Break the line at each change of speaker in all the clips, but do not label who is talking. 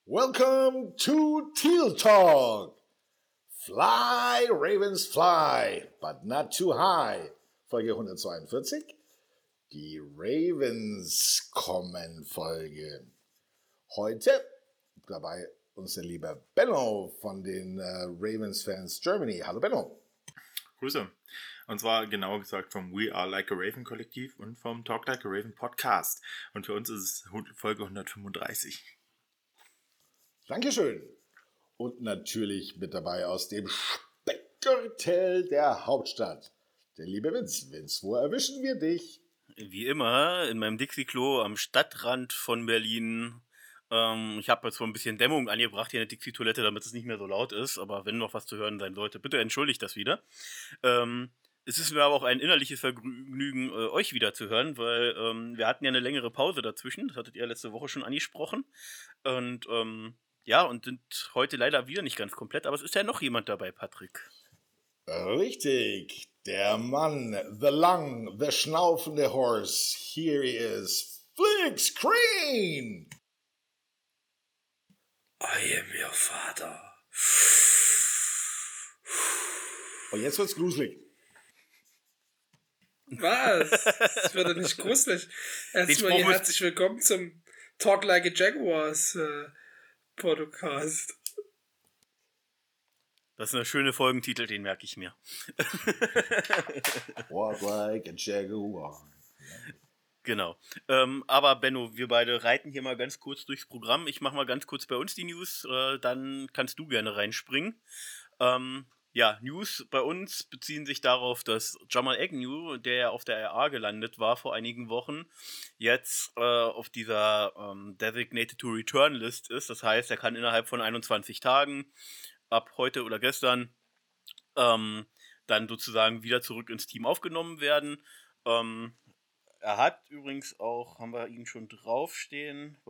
Welcome to Teal Talk. Fly, Ravens, fly, but not too high. Folge 142. Die Ravens kommen Folge. Heute dabei unser lieber Benno von den Ravens Fans Germany. Hallo Benno.
Grüße. Und zwar genauer gesagt vom We Are Like a Raven Kollektiv und vom Talk Like a Raven Podcast. Und für uns ist es Folge 135.
Dankeschön. Und natürlich mit dabei aus dem Speckgürtel der Hauptstadt. Der liebe Vince. Vince, wo erwischen wir dich?
Wie immer in meinem Dixie-Klo am Stadtrand von Berlin. Ich habe jetzt so ein bisschen Dämmung angebracht hier in der Dixie-Toilette, damit es nicht mehr so laut ist. Aber wenn noch was zu hören sein sollte, bitte entschuldigt das wieder. Es ist mir aber auch ein innerliches Vergnügen, euch wieder zu hören, weil wir hatten ja eine längere Pause dazwischen. Das hattet ihr letzte Woche schon angesprochen. Und und sind heute leider wieder nicht ganz komplett. Aber es ist ja noch jemand dabei, Patrick.
Richtig. Der Mann, the Lung, the schnaufende Horse. Here he is, Flix Green.
I am your father.
Und jetzt wird's gruselig.
Was? Das wird doch nicht gruselig. Erstmal hier herzlich willkommen zum Talk Like a Jaguars Podcast.
Das ist eine schöne Folgentitel, den merke ich mir.
Walk like a Jaguar.
Genau. Aber Benno, wir beide reiten hier mal ganz kurz durchs Programm. Ich mache mal ganz kurz bei uns die News, dann kannst du gerne reinspringen. News bei uns beziehen sich darauf, dass Jamal Agnew, der ja auf der RA gelandet war vor einigen Wochen, jetzt auf dieser Designated to Return List ist. Das heißt, er kann innerhalb von 21 Tagen ab heute oder gestern dann sozusagen wieder zurück ins Team aufgenommen werden. Er hat übrigens auch, haben wir ihn schon draufstehen,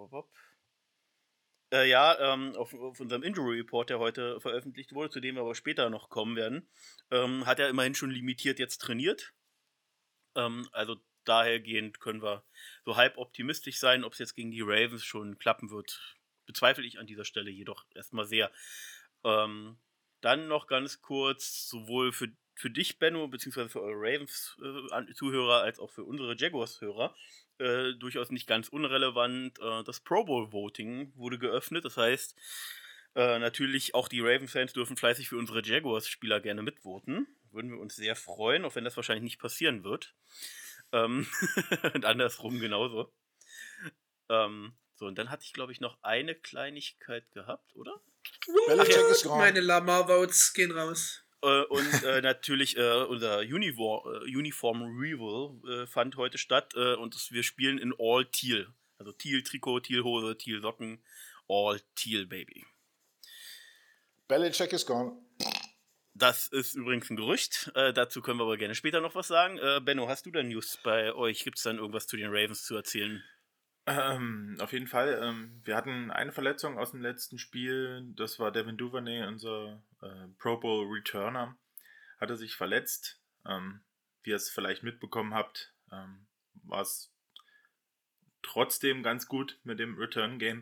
auf unserem Injury Report, der heute veröffentlicht wurde, zu dem wir aber später noch kommen werden, hat er immerhin schon limitiert jetzt trainiert. Also dahergehend können wir so halb optimistisch sein. Ob es jetzt gegen die Ravens schon klappen wird, bezweifle ich an dieser Stelle jedoch erstmal sehr. Dann noch ganz kurz, sowohl für dich, Benno, beziehungsweise für eure Ravens-Zuhörer, als auch für unsere Jaguars-Hörer, durchaus nicht ganz unrelevant. Das Pro Bowl-Voting wurde geöffnet. Das heißt, natürlich auch die Ravens-Fans dürfen fleißig für unsere Jaguars-Spieler gerne mitvoten. Würden wir uns sehr freuen, auch wenn das wahrscheinlich nicht passieren wird. Und andersrum genauso. Und dann hatte ich, glaube ich, noch eine Kleinigkeit gehabt, oder?
Meine Lamar-Votes gehen raus.
Und natürlich unser Uniform Reveal fand heute statt und wir spielen in All Teal. Also Teal-Trikot, Teal-Hose, Teal-Socken, All Teal, Baby.
Belichick is gone.
Das ist übrigens ein Gerücht. Dazu können wir aber gerne später noch was sagen. Benno, hast du denn News bei euch? Gibt es dann irgendwas zu den Ravens zu erzählen?
Auf jeden Fall. Wir hatten eine Verletzung aus dem letzten Spiel. Das war Devin Duvernay, unser Pro Bowl Returner. Hat er sich verletzt. Wie ihr es vielleicht mitbekommen habt, war es trotzdem ganz gut mit dem Return Game.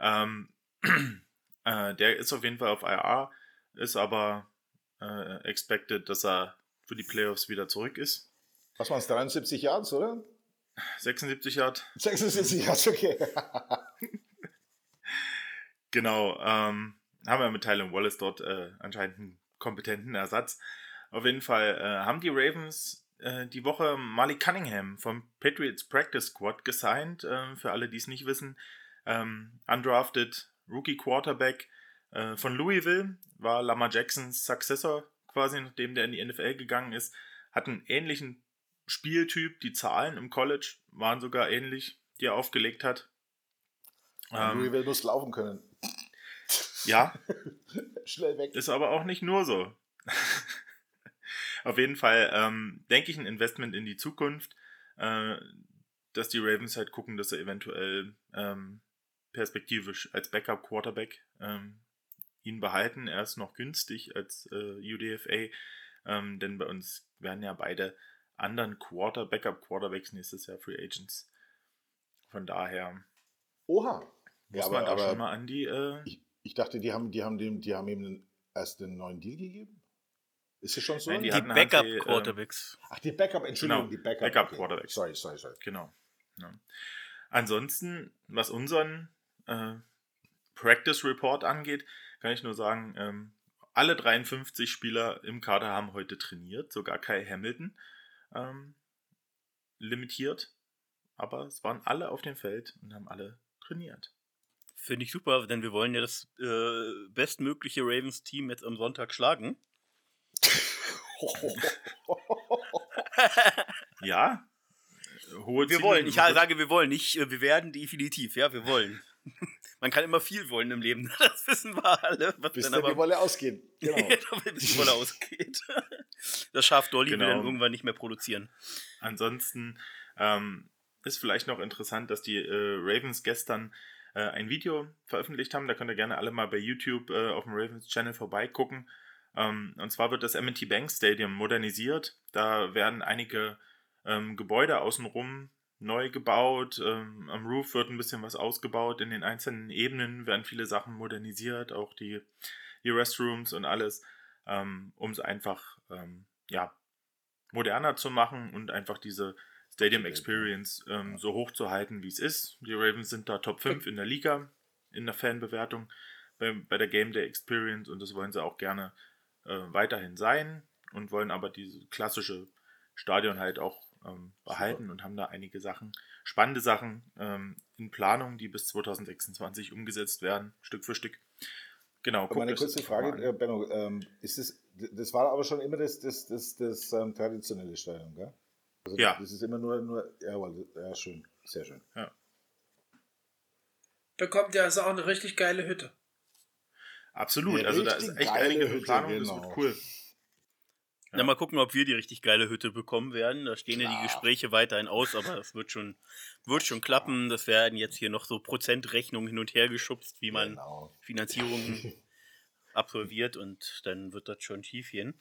Der ist auf jeden Fall auf IR, ist aber expected, dass er für die Playoffs wieder zurück ist.
Was waren es, 73 Yards, oder?
76 Yard.
76 Yards, okay.
Genau, haben wir mit Tylan Wallace dort anscheinend einen kompetenten Ersatz. Auf jeden Fall haben die Ravens die Woche Malik Cunningham vom Patriots Practice Squad gesigned. Für alle, die es nicht wissen. Undrafted Rookie Quarterback von Louisville, war Lamar Jacksons Successor quasi, nachdem der in die NFL gegangen ist. Hat einen ähnlichen Spieltyp, die Zahlen im College waren sogar ähnlich, die er aufgelegt hat.
Louisville muss laufen können.
Ja.
Schnell weg.
Ist aber auch nicht nur so. Auf jeden Fall denke ich ein Investment in die Zukunft, dass die Ravens halt gucken, dass sie eventuell perspektivisch als Backup-Quarterback ihn behalten. Er ist noch günstig als UDFA, denn bei uns werden ja beide anderen Backup-Quarterbacks nächstes Jahr Free Agents. Von daher.
Oha.
Muss man da schon mal an die...
Ich dachte, die haben ihm erst einen neuen Deal gegeben? Ist es schon so?
Nein, die Backup-Quarterbacks.
Die Backup, Entschuldigung,
genau,
die
Backup-Quarterbacks.
Sorry.
Genau. Ja. Ansonsten, was unseren Practice Report angeht, kann ich nur sagen, alle 53 Spieler im Kader haben heute trainiert, sogar Kyle Hamilton limitiert, aber es waren alle auf dem Feld und haben alle trainiert.
Finde ich super, denn wir wollen ja das bestmögliche Ravens-Team jetzt am Sonntag schlagen.
Ja,
wir wollen. Ich sage, wir wollen nicht. Wir werden definitiv. Ja, wir wollen. Man kann immer viel wollen im Leben. Das wissen wir alle.
Bis dann die Wolle ausgeht. Genau.
Bis die Wolle ausgeht. Das Schaf Dolly will dann irgendwann nicht mehr produzieren.
Ansonsten ist vielleicht noch interessant, dass die Ravens gestern ein Video veröffentlicht haben. Da könnt ihr gerne alle mal bei YouTube auf dem Ravens Channel vorbeigucken. Und zwar wird das M&T Bank Stadium modernisiert. Da werden einige Gebäude außenrum neu gebaut. Am Roof wird ein bisschen was ausgebaut. In den einzelnen Ebenen werden viele Sachen modernisiert. Auch die Restrooms und alles. Um es einfach moderner zu machen und einfach diese Stadium Experience so hoch zu halten, wie es ist. Die Ravens sind da Top 5 in der Liga, in der Fanbewertung, bei der Game Day Experience, und das wollen sie auch gerne weiterhin sein und wollen aber diese klassische Stadion halt auch behalten und haben da einige spannende Sachen in Planung, die bis 2026 umgesetzt werden, Stück für Stück. Genau.
Meine kurze Frage, Benno, das war aber schon immer das traditionelle Stadion, gell? Also
ja.
Das ist immer nur ja, schön, sehr schön.
Ja.
Bekommt ja also auch eine richtig geile Hütte.
Absolut, also da ist echt einige Planung, genau. Das wird cool.
Ja. Mal gucken, ob wir die richtig geile Hütte bekommen werden. Da stehen ja die Gespräche weiterhin aus, aber das wird schon klappen. Das werden jetzt hier noch so Prozentrechnungen hin und her geschubst, wie man Finanzierungen absolviert, und dann wird das schon schief gehen.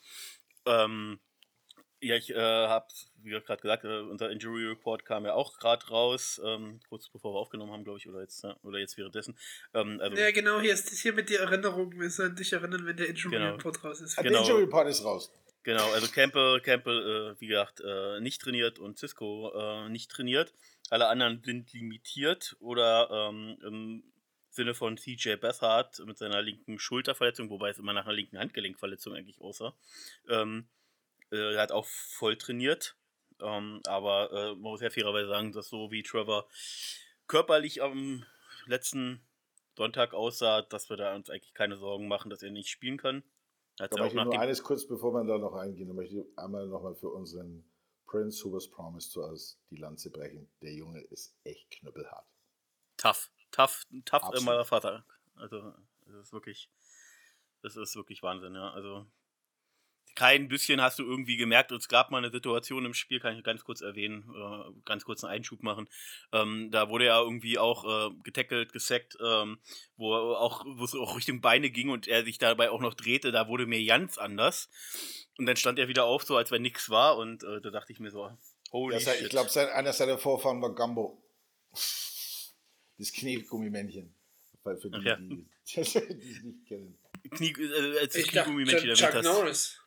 Ich habe, wie gerade gesagt, unser Injury Report kam ja auch gerade raus, kurz bevor wir aufgenommen haben, glaube ich, oder jetzt währenddessen.
Ja, genau, hier ist mit der Erinnerung. Wir sollen dich erinnern, wenn der Injury Report raus ist.
Der Injury Report ist raus.
Genau, also Campbell wie gesagt, nicht trainiert und Cisco nicht trainiert. Alle anderen sind limitiert oder im Sinne von CJ Beathard mit seiner linken Schulterverletzung, wobei es immer nach einer linken Handgelenkverletzung eigentlich aussah. Er hat auch voll trainiert, aber man muss ja fairerweise sagen, dass so wie Trevor körperlich am letzten Sonntag aussah, dass wir da uns eigentlich keine Sorgen machen, dass er nicht spielen kann.
Da möchte ich nur eines kurz, bevor wir da noch eingehen, da möchte ich einmal nochmal für unseren Prince Who Was Promised to Us die Lanze brechen. Der Junge ist echt knüppelhart.
Tough immer Vater. Also das ist wirklich Wahnsinn, ja. Also kein bisschen hast du irgendwie gemerkt, es gab mal eine Situation im Spiel, kann ich ganz kurz erwähnen, ganz kurz einen Einschub machen. Da wurde er irgendwie auch getackelt, gesackt, wo es auch Richtung Beine ging und er sich dabei auch noch drehte, da wurde mir ganz anders. Und dann stand er wieder auf, so als wenn nichts war, und da dachte ich mir so, holy shit.
Ich glaube, einer seiner Vorfahren war Gumbo. Das Kniegummimännchen. Für die, die es nicht kennen.
Kniegummimännchen.
Chuck Norris.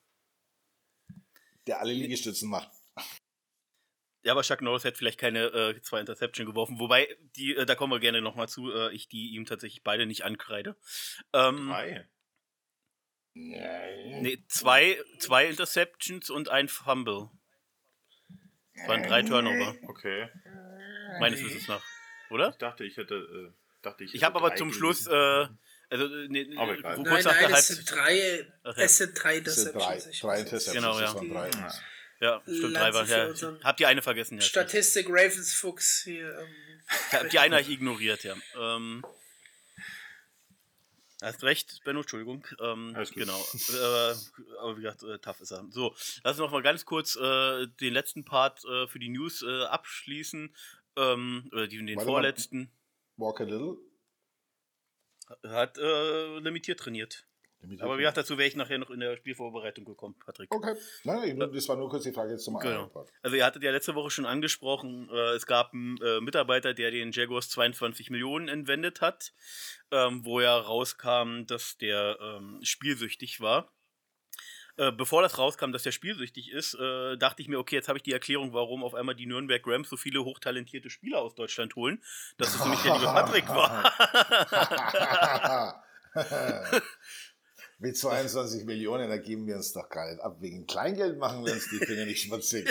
Der alle Liegestützen macht.
Ja, aber Chuck Norris hat vielleicht keine 2 Interception geworfen, wobei, da kommen wir gerne nochmal zu, ich die ihm tatsächlich beide nicht ankreide.
3?
Nee, 2 Interceptions und ein Fumble. Das waren 3 Turnover.
Okay.
Meines Wissens nach, oder?
Ich dachte, ich hätte
ich habe aber zum Schluss,
Nein, es sind 3 Interceptions.
3 Interceptions.
Genau, ja. Ja, stimmt, 3 waren. Ja. Habt ihr eine vergessen? Ja,
Statistik Ravens Fuchs hier.
Habt ihr eine ignorient, ja. Hast recht, Benno, Entschuldigung. Genau. Aber wie gesagt, tough ist er. So, lass uns noch mal ganz kurz den letzten Part für die News abschließen. Oder den vorletzten.
Walker Little
Hat limitiert trainiert. Aber wie gesagt, dazu wäre ich nachher noch in der Spielvorbereitung gekommen, Patrick.
Okay. Nein, das war nur kurz die Frage jetzt zum
Genau. Also ihr hattet ja letzte Woche schon angesprochen, es gab einen Mitarbeiter, der den Jaguars 22 Millionen entwendet hat, wo ja rauskam, dass der spielsüchtig war. Bevor das rauskam, dass der spielsüchtig ist, dachte ich mir, okay, jetzt habe ich die Erklärung, warum auf einmal die Nürnberg Rams so viele hochtalentierte Spieler aus Deutschland holen. Dass es nämlich der liebe Patrick war.
Mit 22 Millionen, da geben wir uns doch gar nicht ab. Wegen Kleingeld machen wir uns die Finger nicht schmutzig.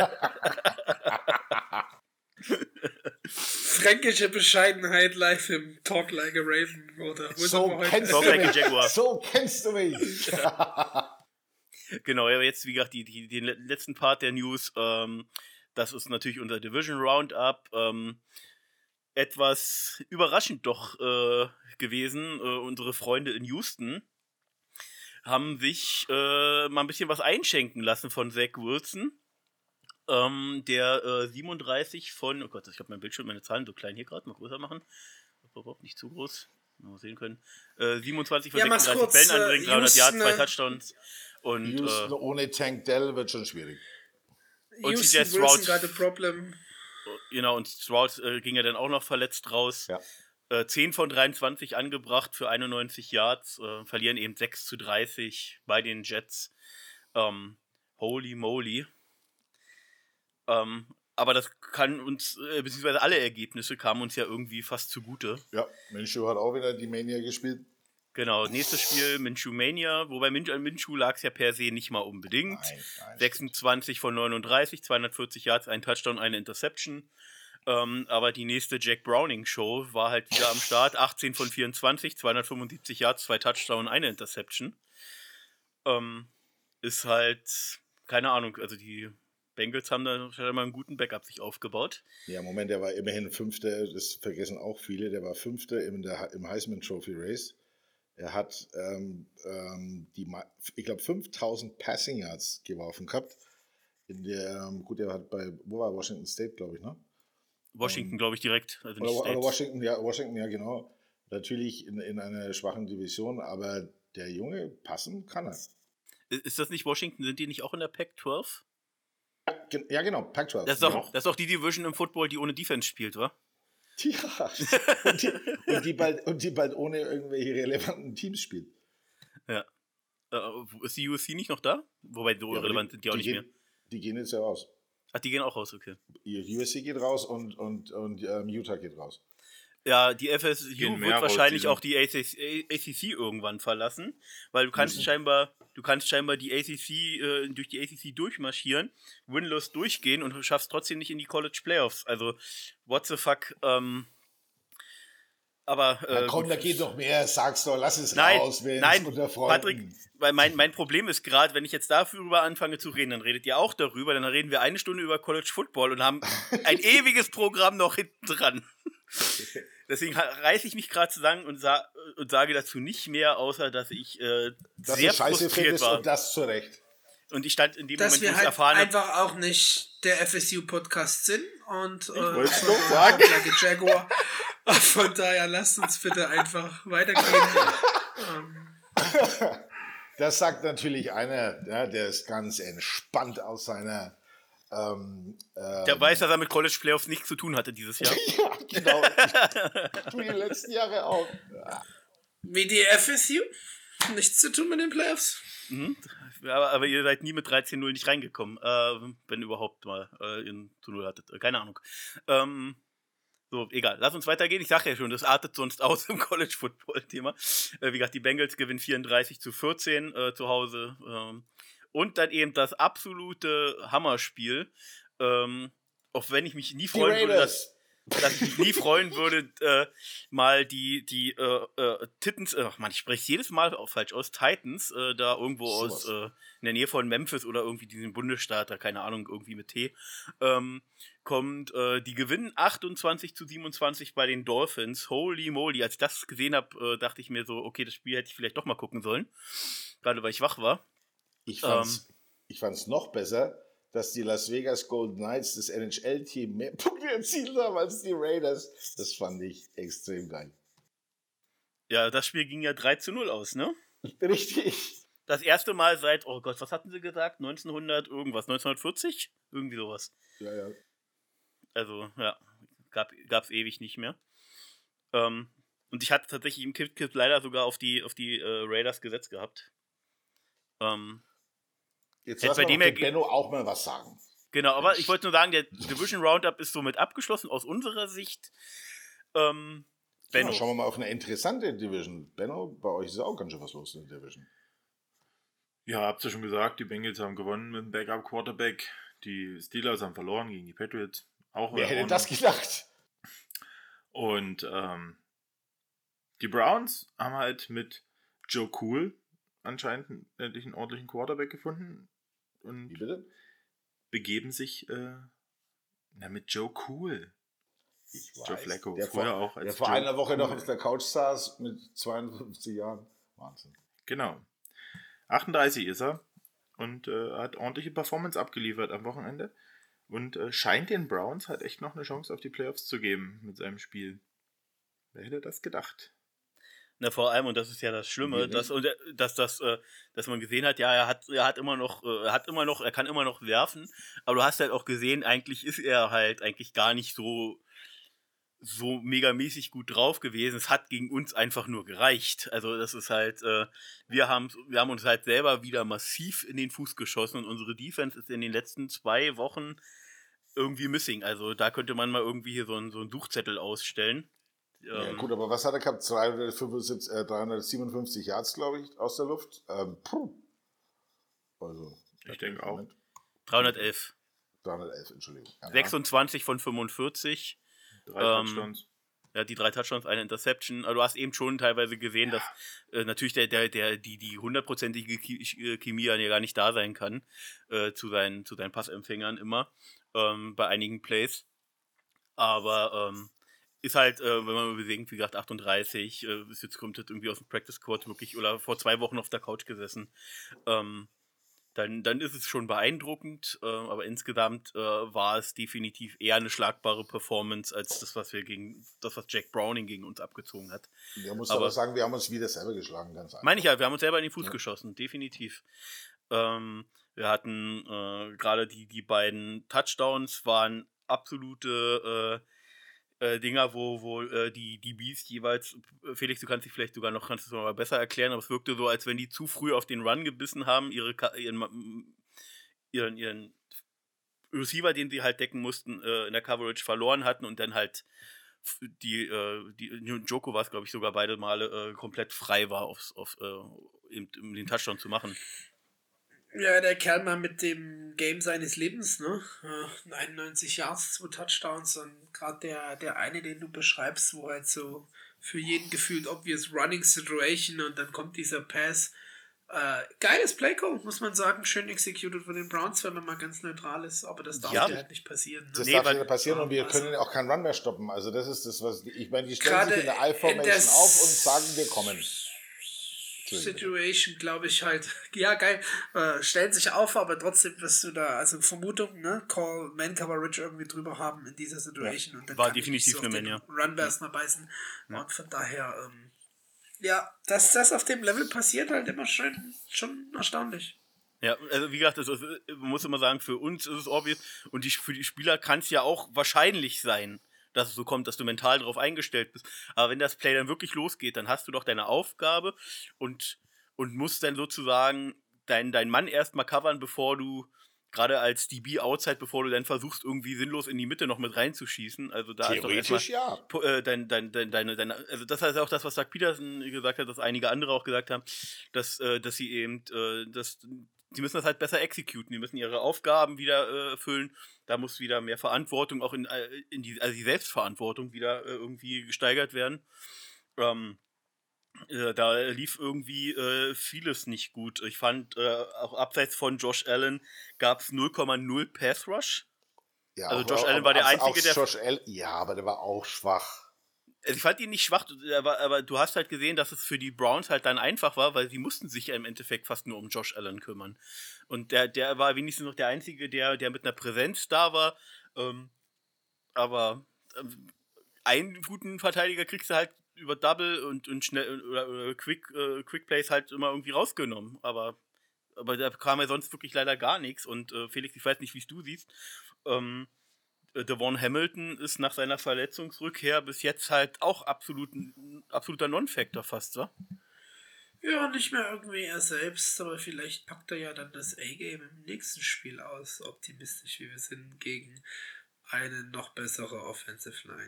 Fränkische Bescheidenheit live im Talk Like a Raven. Oder
so kennst du mich. So kennst du mich.
Genau, ja, jetzt wie gesagt, den letzten Part der News, das ist natürlich unser Division Roundup. Etwas überraschend doch gewesen, unsere Freunde in Houston haben sich mal ein bisschen was einschenken lassen von Zach Wilson, der 37 von, oh Gott, ich habe mein Bildschirm, meine Zahlen so klein hier gerade, mal größer machen, nicht zu groß, mal sehen können, 27 von 36 Bällen anbringt, 300 Yards, 2 Touchdowns. Und
Houston ohne Tank Dell wird schon schwierig.
Und
Houston Wilson got a problem.
Genau, und Stroud ging ja dann auch noch verletzt raus.
Ja.
10 von 23 angebracht für 91 Yards, verlieren eben 6-30 bei den Jets. Holy moly. Aber das kann uns, beziehungsweise alle Ergebnisse kamen uns ja irgendwie fast zugute.
Ja, Minshew hat auch wieder die Mania gespielt.
Genau, nächstes Spiel Minshew Mania, wobei an Minshew lag es ja per se nicht mal unbedingt.
Nein.
26 von 39, 240 Yards, ein Touchdown, eine Interception. Aber die nächste Jack Browning-Show war halt wieder am Start. 18 von 24, 275 Yards, 2 Touchdown, eine Interception. Ist halt, keine Ahnung, also die Bengals haben da scheinbar einen guten Backup sich aufgebaut.
Ja, Moment, der war immerhin Fünfter, das vergessen auch viele, der war Fünfter im Heisman Trophy Race. Er hat, ich glaube, 5000 Passing Yards geworfen gehabt. Gut, er hat wo war Washington State, glaube ich, ne?
Washington, glaube ich, direkt. Also
nicht oder Washington, ja, genau. Natürlich in einer schwachen Division, aber der Junge, passen kann er.
Ist das nicht Washington? Sind die nicht auch in der Pac-12?
Ja, genau, Pac-12.
Das ist doch die Division im Football, die ohne Defense spielt, wa?
Ja, und die bald ohne irgendwelche relevanten Teams spielt.
Ja. Ist die USC nicht noch da? Wobei, so relevant sind die auch nicht mehr.
Die gehen jetzt ja raus.
Ach, die gehen auch raus, okay.
USC geht raus und Utah geht raus.
Ja, die FSU wird wahrscheinlich auch die ACC irgendwann verlassen, weil du kannst scheinbar die ACC durch die ACC durchmarschieren, winless durchgehen und du schaffst trotzdem nicht in die College Playoffs. Also, what the fuck, aber
komm, da geht noch mehr, sag's doch, lass es raus,
nein, Patrick, weil mein Problem ist gerade, wenn ich jetzt darüber anfange zu reden, dann redet ihr auch darüber, dann reden wir 1 Stunde über College Football und haben ein ewiges Programm noch hinten dran. Deswegen reiße ich mich gerade zusammen und sage dazu nicht mehr, außer dass ich sehr frustriert war.
Und das zu Recht.
Und ich stand in dem
dass
Moment,
wir
wo ich
halt
erfahren habe,
einfach auch nicht der FSU-Podcast sind und
wollte es doch sagen.
Jaguar. Von daher lasst uns bitte einfach weitergehen.
Das sagt natürlich einer, ja, der ist ganz entspannt aus seiner
der weiß, dass er mit College Playoffs nichts zu tun hatte dieses Jahr.
Ja, genau. Die letzten Jahre auch. Ja.
Wie die FSU? Nichts zu tun mit den Playoffs?
Mhm. Aber ihr seid nie mit 13-0 nicht reingekommen, wenn überhaupt mal zu 0 hattet. Keine Ahnung. So, egal. Lass uns weitergehen. Ich sage ja schon, das artet sonst aus im College-Football-Thema. Wie gesagt, die Bengals gewinnen 34-14 zu Hause. Und dann eben das absolute Hammerspiel. Auch wenn ich mich nie freuen würde, dass ich mich nie freuen würde, mal die Titans, ich spreche jedes Mal auch falsch aus, Titans, da irgendwo aus in der Nähe von Memphis oder irgendwie diesen Bundesstaat, da keine Ahnung, irgendwie mit T, kommt, die gewinnen 28-27 bei den Dolphins. Holy moly, als ich das gesehen habe, dachte ich mir so, okay, das Spiel hätte ich vielleicht doch mal gucken sollen, gerade weil ich wach war.
Ich fand's noch besser, dass die Las Vegas Golden Knights, das NHL-Team, mehr Punkte erzielt haben als die Raiders. Das fand ich extrem geil.
Ja, das Spiel ging ja 3-0 aus, ne?
Richtig.
Das erste Mal seit, oh Gott, was hatten sie gesagt? 1940? Irgendwie sowas.
Ja.
Also, ja, gab's ewig nicht mehr. Und ich hatte tatsächlich im Kit leider sogar auf die Raiders gesetzt gehabt.
Jetzt lass mal dem Benno auch mal was sagen.
Genau, aber ich wollte nur sagen, der Division Roundup ist somit abgeschlossen aus unserer Sicht.
Benno. Ja, schauen wir mal auf eine interessante Division. Benno, bei euch ist auch ganz schön was los in der Division.
Ja, habt ihr schon gesagt, die Bengals haben gewonnen mit dem Backup-Quarterback. Die Steelers haben verloren gegen die Patriots.
Wer hätte das gedacht?
Und die Browns haben halt mit Joe Cool anscheinend endlich einen ordentlichen Quarterback gefunden. Und
wie bitte?
Begeben sich mit Joe Cool.
Ich weiß.
Joe Flacco.
Der
vor
einer Woche noch auf der Couch saß mit 52 Jahren. Wahnsinn.
Genau. 38 ist er und hat ordentliche Performance abgeliefert am Wochenende und scheint den Browns halt echt noch eine Chance auf die Playoffs zu geben mit seinem Spiel. Wer hätte das gedacht?
Na, vor allem, und das ist ja das Schlimme, dass man gesehen hat, ja, er kann immer noch werfen, aber du hast halt auch gesehen, eigentlich ist er halt eigentlich gar nicht so megamäßig gut drauf gewesen. Es hat gegen uns einfach nur gereicht. Also das ist halt, wir haben uns halt selber wieder massiv in den Fuß geschossen und unsere Defense ist in den letzten 2 Wochen irgendwie missing. Also da könnte man mal irgendwie hier so einen Suchzettel ausstellen.
Ja gut, aber was hat er gehabt? 357 Yards, glaube ich, aus der Luft. Also,
ich denke auch.
311,
Entschuldigung. Ja,
26 von 45.
3 Touchdowns.
Ja, die 3 Touchdowns, eine Interception. Aber du hast eben schon teilweise gesehen, dass natürlich die 100%ige Chemie ja gar nicht da sein kann zu seinen Passempfängern immer bei einigen Plays. Aber ist halt, wenn man bedenkt, wie gesagt, 38, kommt jetzt irgendwie aus dem Practice Squad wirklich oder vor 2 Wochen auf der Couch gesessen. Dann ist es schon beeindruckend, aber insgesamt war es definitiv eher eine schlagbare Performance als das, was Jack Browning gegen uns abgezogen hat.
Wir muss aber sagen, wir haben uns wieder selber geschlagen, ganz einfach.
Meine ich ja, wir haben uns selber in den Fuß geschossen, definitiv. Wir hatten gerade die beiden Touchdowns waren absolute Dinger, wo die Beast jeweils, Felix, du kannst es noch mal besser erklären, aber es wirkte so, als wenn die zu früh auf den Run gebissen haben, ihren Receiver, den sie halt decken mussten, in der Coverage verloren hatten und dann halt die Njoku war es, glaube ich, sogar beide Male komplett frei war, um den Touchdown zu machen.
Ja, der Kerl mal mit dem Game seines Lebens, ne? 91 Yards, 2 Touchdowns und gerade der eine, den du beschreibst, wo halt so für jeden gefühlt obvious Running Situation und dann kommt dieser Pass. Geiles Playcall, muss man sagen, schön executed von den Browns, wenn man mal ganz neutral ist, aber das darf halt nicht passieren. Ne?
Das darf nicht passieren und wir können auch keinen Run mehr stoppen. Also das ist das, was ich meine, die stellen sich in der I-Formation auf und sagen, wir kommen.
Situation, glaube ich halt. Ja, geil. Stellen sich auf, aber trotzdem wirst du da, also Vermutung, ne? Call, Man-Coverage irgendwie drüber haben in dieser Situation. Und dann
war definitiv eine Menge.
Run-Bars mal beißen. Ja. Und von daher, dass das auf dem Level passiert, halt immer schon erstaunlich.
Ja, also wie gesagt, man muss immer sagen, für uns ist es obvious und für die Spieler kann es ja auch wahrscheinlich sein, dass es so kommt, dass du mental darauf eingestellt bist. Aber wenn das Play dann wirklich losgeht, dann hast du doch deine Aufgabe und musst dann sozusagen deinen Mann erstmal covern, bevor du, gerade als DB Outside, bevor du dann versuchst, irgendwie sinnlos in die Mitte noch mit reinzuschießen. Also da
theoretisch
ist doch
ja.
Also das heißt auch das, was Doug Peterson gesagt hat, dass einige andere auch gesagt haben, dass sie eben, die müssen das halt besser executen, die müssen ihre Aufgaben wieder erfüllen, da muss wieder mehr Verantwortung, auch in die Selbstverantwortung wieder irgendwie gesteigert werden. Da lief irgendwie vieles nicht gut. Ich fand, auch abseits von Josh Allen gab es 0,0 Pass Rush.
Ja,
also Josh Allen war der Einzige, der...
Ja, aber der war auch schwach.
Also ich fand ihn nicht schwach, aber du hast halt gesehen, dass es für die Browns halt dann einfach war, weil sie mussten sich ja im Endeffekt fast nur um Josh Allen kümmern. Und der war wenigstens noch der Einzige, der mit einer Präsenz da war. Aber einen guten Verteidiger kriegst du halt über Double und schnell oder Quick Plays halt immer irgendwie rausgenommen. Aber da kam ja sonst wirklich leider gar nichts. Und Felix, ich weiß nicht, wie es du siehst. Devon Hamilton ist nach seiner Verletzungsrückkehr bis jetzt halt auch absoluter Non-Factor fast, so?
Ja, nicht mehr irgendwie er selbst, aber vielleicht packt er ja dann das A-Game im nächsten Spiel aus, optimistisch wie wir sind, gegen eine noch bessere Offensive Line.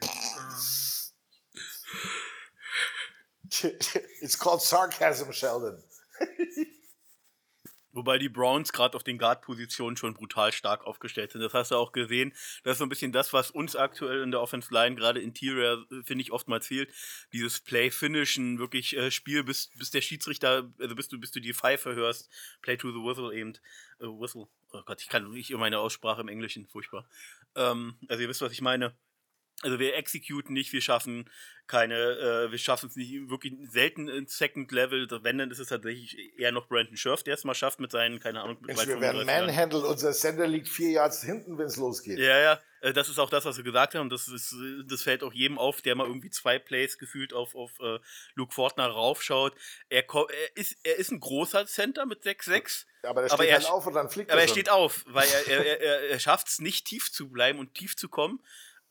It's called sarcasm, Sheldon.
Wobei die Browns gerade auf den Guard-Positionen schon brutal stark aufgestellt sind. Das hast du auch gesehen. Das ist so ein bisschen das, was uns aktuell in der Offensive Line, gerade Interior, finde ich, oftmals fehlt. Dieses Play-Finishen, wirklich Spiel, bis der Schiedsrichter, also bis du die Pfeife hörst. Play to the whistle eben. Whistle. Oh Gott, ich kann nicht meine Aussprache im Englischen, furchtbar. Also ihr wisst, was ich meine. Also wir executen nicht, wir schaffen es nicht wirklich selten in Second Level, wenn, dann ist es tatsächlich eher noch Brandon Scherf, der es mal schafft mit seinen, keine Ahnung, mit
wir werden manhandled, unser Center liegt 4 Yards hinten, wenn es losgeht.
Ja, das ist auch das, was wir gesagt haben, das fällt auch jedem auf, der mal irgendwie 2 Plays gefühlt auf Luke Fortner raufschaut. Er ist ein großer Center mit 6'6".
Aber er steht halt auf und dann fliegt er.
Aber er steht auf, weil er schafft es nicht tief zu bleiben und tief zu kommen.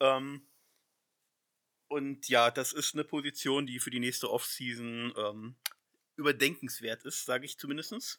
Und ja, das ist eine Position, die für die nächste Offseason überdenkenswert ist, sage ich zumindest.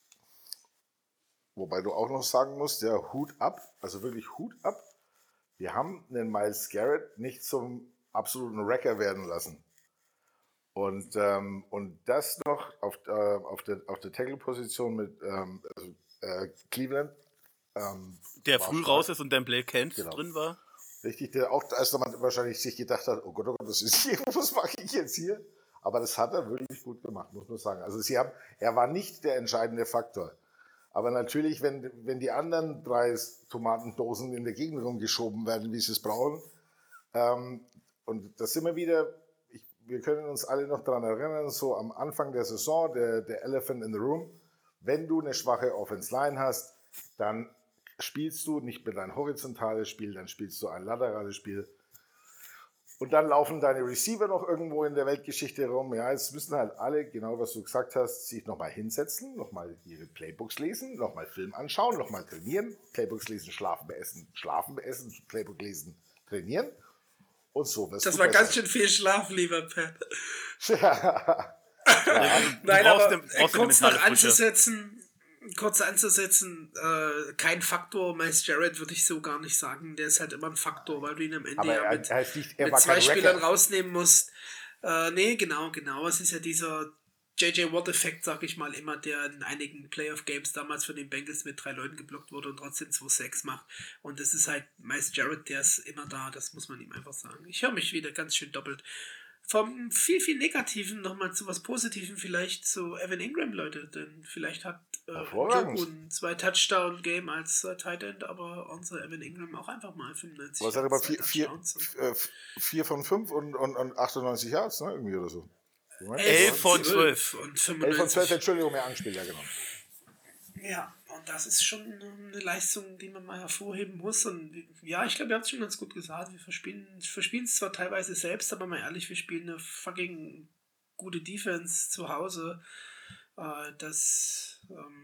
Wobei du auch noch sagen musst, ja, Hut ab, also wirklich Hut ab. Wir haben einen Myles Garrett nicht zum absoluten Wrecker werden lassen. Und das noch auf der Tackle-Position mit Cleveland.
Der früh raus ist und dann Blake Kent drin war.
Richtig, der auch erst einmal wahrscheinlich sich gedacht hat, oh Gott, was ist hier, was mache ich jetzt hier? Aber das hat er wirklich gut gemacht, muss man sagen. Also er war nicht der entscheidende Faktor. Aber natürlich, wenn die anderen 3 Tomatendosen in der Gegend rumgeschoben werden, wie sie es brauchen, und das sind wir wieder, wir können uns alle noch daran erinnern, so am Anfang der Saison, der Elephant in the Room, wenn du eine schwache Offense Line hast, dann spielst du nicht mehr ein horizontales Spiel, dann spielst du ein laterales Spiel. Und dann laufen deine Receiver noch irgendwo in der Weltgeschichte rum. Ja, jetzt müssen halt alle, genau was du gesagt hast, sich nochmal hinsetzen, nochmal ihre Playbooks lesen, nochmal Film anschauen, nochmal trainieren. Playbooks lesen, schlafen, beessen, Playbook lesen, trainieren. Und so.
Das war ganz schön viel Schlaf, lieber Pat.
Ja.
Nein, aber kurz noch anzusetzen, kein Faktor. Myles Garrett würde ich so gar nicht sagen. Der ist halt immer ein Faktor, weil du ihn am Ende mit 2 Spielern rausnehmen musst. Nee, genau. Es ist ja dieser J.J. Watt-Effekt, sag ich mal, immer, der in einigen Playoff-Games damals für den Bengals mit 3 Leuten geblockt wurde und trotzdem 2-6 macht. Und das ist halt Myles Garrett, der ist immer da. Das muss man ihm einfach sagen. Ich höre mich wieder ganz schön doppelt. Vom viel, viel Negativen nochmal zu was Positivem, vielleicht zu Evan Ingram, Leute, denn vielleicht hat Njoku ein 2-Touchdown-Game als Tight End, aber unser Evan Ingram auch einfach mal 95
Was hat aber 4 von 5 und 98 Yards, ne, irgendwie oder so.
11 von 12
und 95.
11 von 12, Entschuldigung, mehr angespielt, ja genau.
Ja, und das ist schon eine Leistung, die man mal hervorheben muss. Und ja, ich glaube, wir haben es schon ganz gut gesagt. Wir verspielen es zwar teilweise selbst, aber mal ehrlich, wir spielen eine fucking gute Defense zu Hause. Das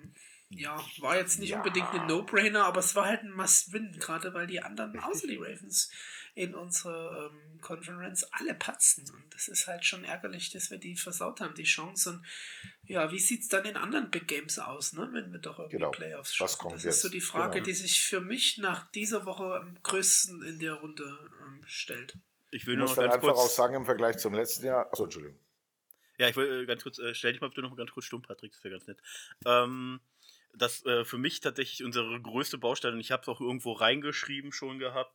war jetzt nicht unbedingt ein No-Brainer, aber es war halt ein Must-Win, gerade weil die anderen, außer die Ravens, in unserer Conference alle patzen. Und das ist halt schon ärgerlich, dass wir die versaut haben, die Chance. Und ja, wie sieht es dann in anderen Big Games aus, ne? Wenn wir doch irgendwie Playoffs schaffen? Das ist so die Frage, die sich für mich nach dieser Woche am größten in der Runde stellt.
Ich will nur noch ganz kurz auch sagen, im Vergleich zum letzten Jahr. Achso, Entschuldigung.
Ja, ich will ganz kurz, stell dich mal bitte noch ganz kurz stumm, Patrick, das wäre ganz nett. Das für mich tatsächlich unsere größte Baustelle, und ich habe es auch irgendwo reingeschrieben schon gehabt,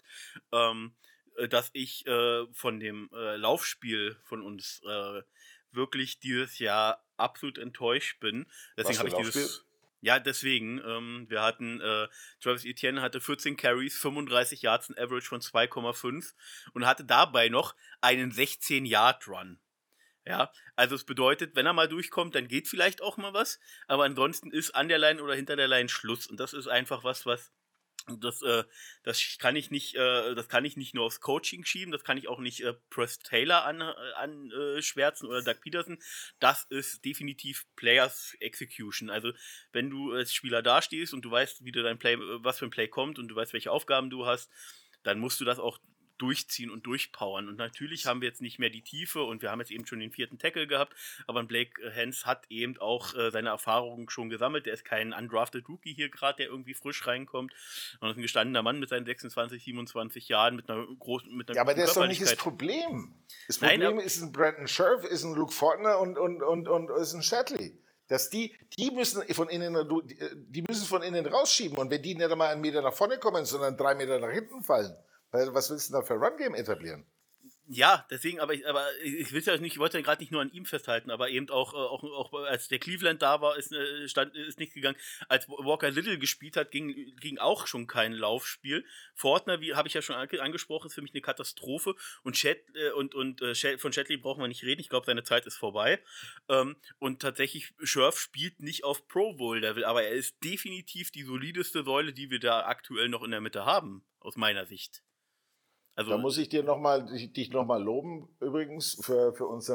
dass ich von dem Laufspiel von uns wirklich dieses Jahr absolut enttäuscht bin. Deswegen habe ich dieses... Ja, deswegen. Wir hatten, Travis Etienne hatte 14 Carries, 35 Yards, ein Average von 2,5 und hatte dabei noch einen 16-Yard-Run. Ja, also es bedeutet, wenn er mal durchkommt, dann geht vielleicht auch mal was, aber ansonsten ist an der Line oder hinter der Line Schluss und das ist einfach was Das kann ich nicht nur aufs Coaching schieben, das kann ich auch nicht Press Taylor anschwärzen oder Doug Peterson. Das ist definitiv Players Execution. Also wenn du als Spieler dastehst und du weißt, was für ein Play kommt und du weißt, welche Aufgaben du hast, dann musst du das auch durchziehen und durchpowern. Und natürlich haben wir jetzt nicht mehr die Tiefe und wir haben jetzt eben schon den 4. Tackle gehabt, aber ein Blake Hance hat eben auch seine Erfahrungen schon gesammelt. Der ist kein undrafted Rookie hier gerade, der irgendwie frisch reinkommt, sondern ist ein gestandener Mann mit seinen 26, 27 Jahren mit einer großen
Ja, aber das ist doch nicht das Problem. Das Problem ist ein Brandon Scherf, ist ein Luke Fortner und ist ein Shatley. Dass die müssen von innen rausschieben und wenn die nicht einmal einen Meter nach vorne kommen, sondern 3 Meter nach hinten fallen, was willst du denn da für Run-Game etablieren?
Ja, deswegen, aber ich will ja nicht, ich wollte ja gerade nicht nur an ihm festhalten, aber eben auch als der Cleveland da war, ist nichts gegangen. Als Walker Little gespielt hat, ging auch schon kein Laufspiel. Fortner, wie habe ich ja schon angesprochen, ist für mich eine Katastrophe und von Shatley brauchen wir nicht reden, ich glaube, seine Zeit ist vorbei. Und tatsächlich, Scherf spielt nicht auf Pro Bowl-Level, aber er ist definitiv die solideste Säule, die wir da aktuell noch in der Mitte haben, aus meiner Sicht. Also,
da muss ich dich noch mal loben übrigens für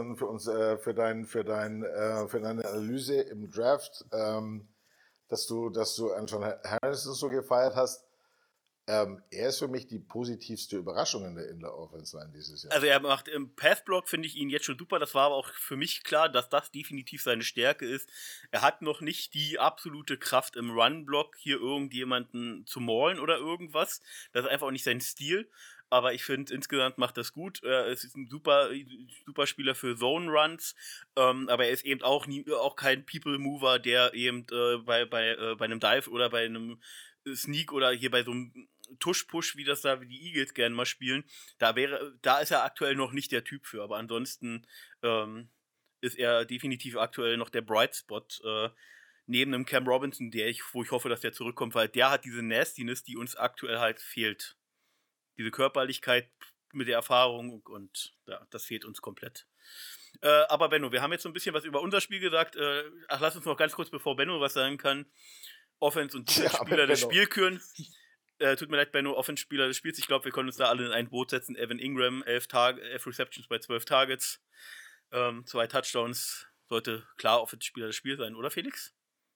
deine Analyse im Draft, dass du Anton Harrison so gefeiert hast. Er ist für mich die positivste Überraschung in der Offense Line dieses Jahr.
Also er macht im Passblock, finde ich ihn jetzt schon super. Das war aber auch für mich klar, dass das definitiv seine Stärke ist. Er hat noch nicht die absolute Kraft im Run-Block, hier irgendjemanden zu maulen oder irgendwas. Das ist einfach auch nicht sein Stil. Aber ich finde, insgesamt macht das gut. Es ist ein super Spieler für Zone-Runs. Aber er ist eben auch kein People-Mover, der eben bei einem Dive oder bei einem Sneak oder hier bei so einem Tush-Push, wie die Eagles gerne mal spielen, da ist er aktuell noch nicht der Typ für. Aber ansonsten ist er definitiv aktuell noch der Bright Spot neben einem Cam Robinson, wo ich hoffe, dass der zurückkommt, weil der hat diese Nastiness, die uns aktuell halt fehlt. Diese Körperlichkeit mit der Erfahrung und ja, das fehlt uns komplett. Aber Benno, wir haben jetzt so ein bisschen was über unser Spiel gesagt. Lass uns noch ganz kurz, bevor Benno was sagen kann, Offense- und Defense-Spieler des Spiels küren. Tut mir leid, Benno, Offense-Spieler des Spiels. Ich glaube, wir können uns da alle in ein Boot setzen. Evan Ingram, 11 Receptions bei 12 Targets, 2 Touchdowns. Sollte klar Offense-Spieler des Spiels sein, oder Felix?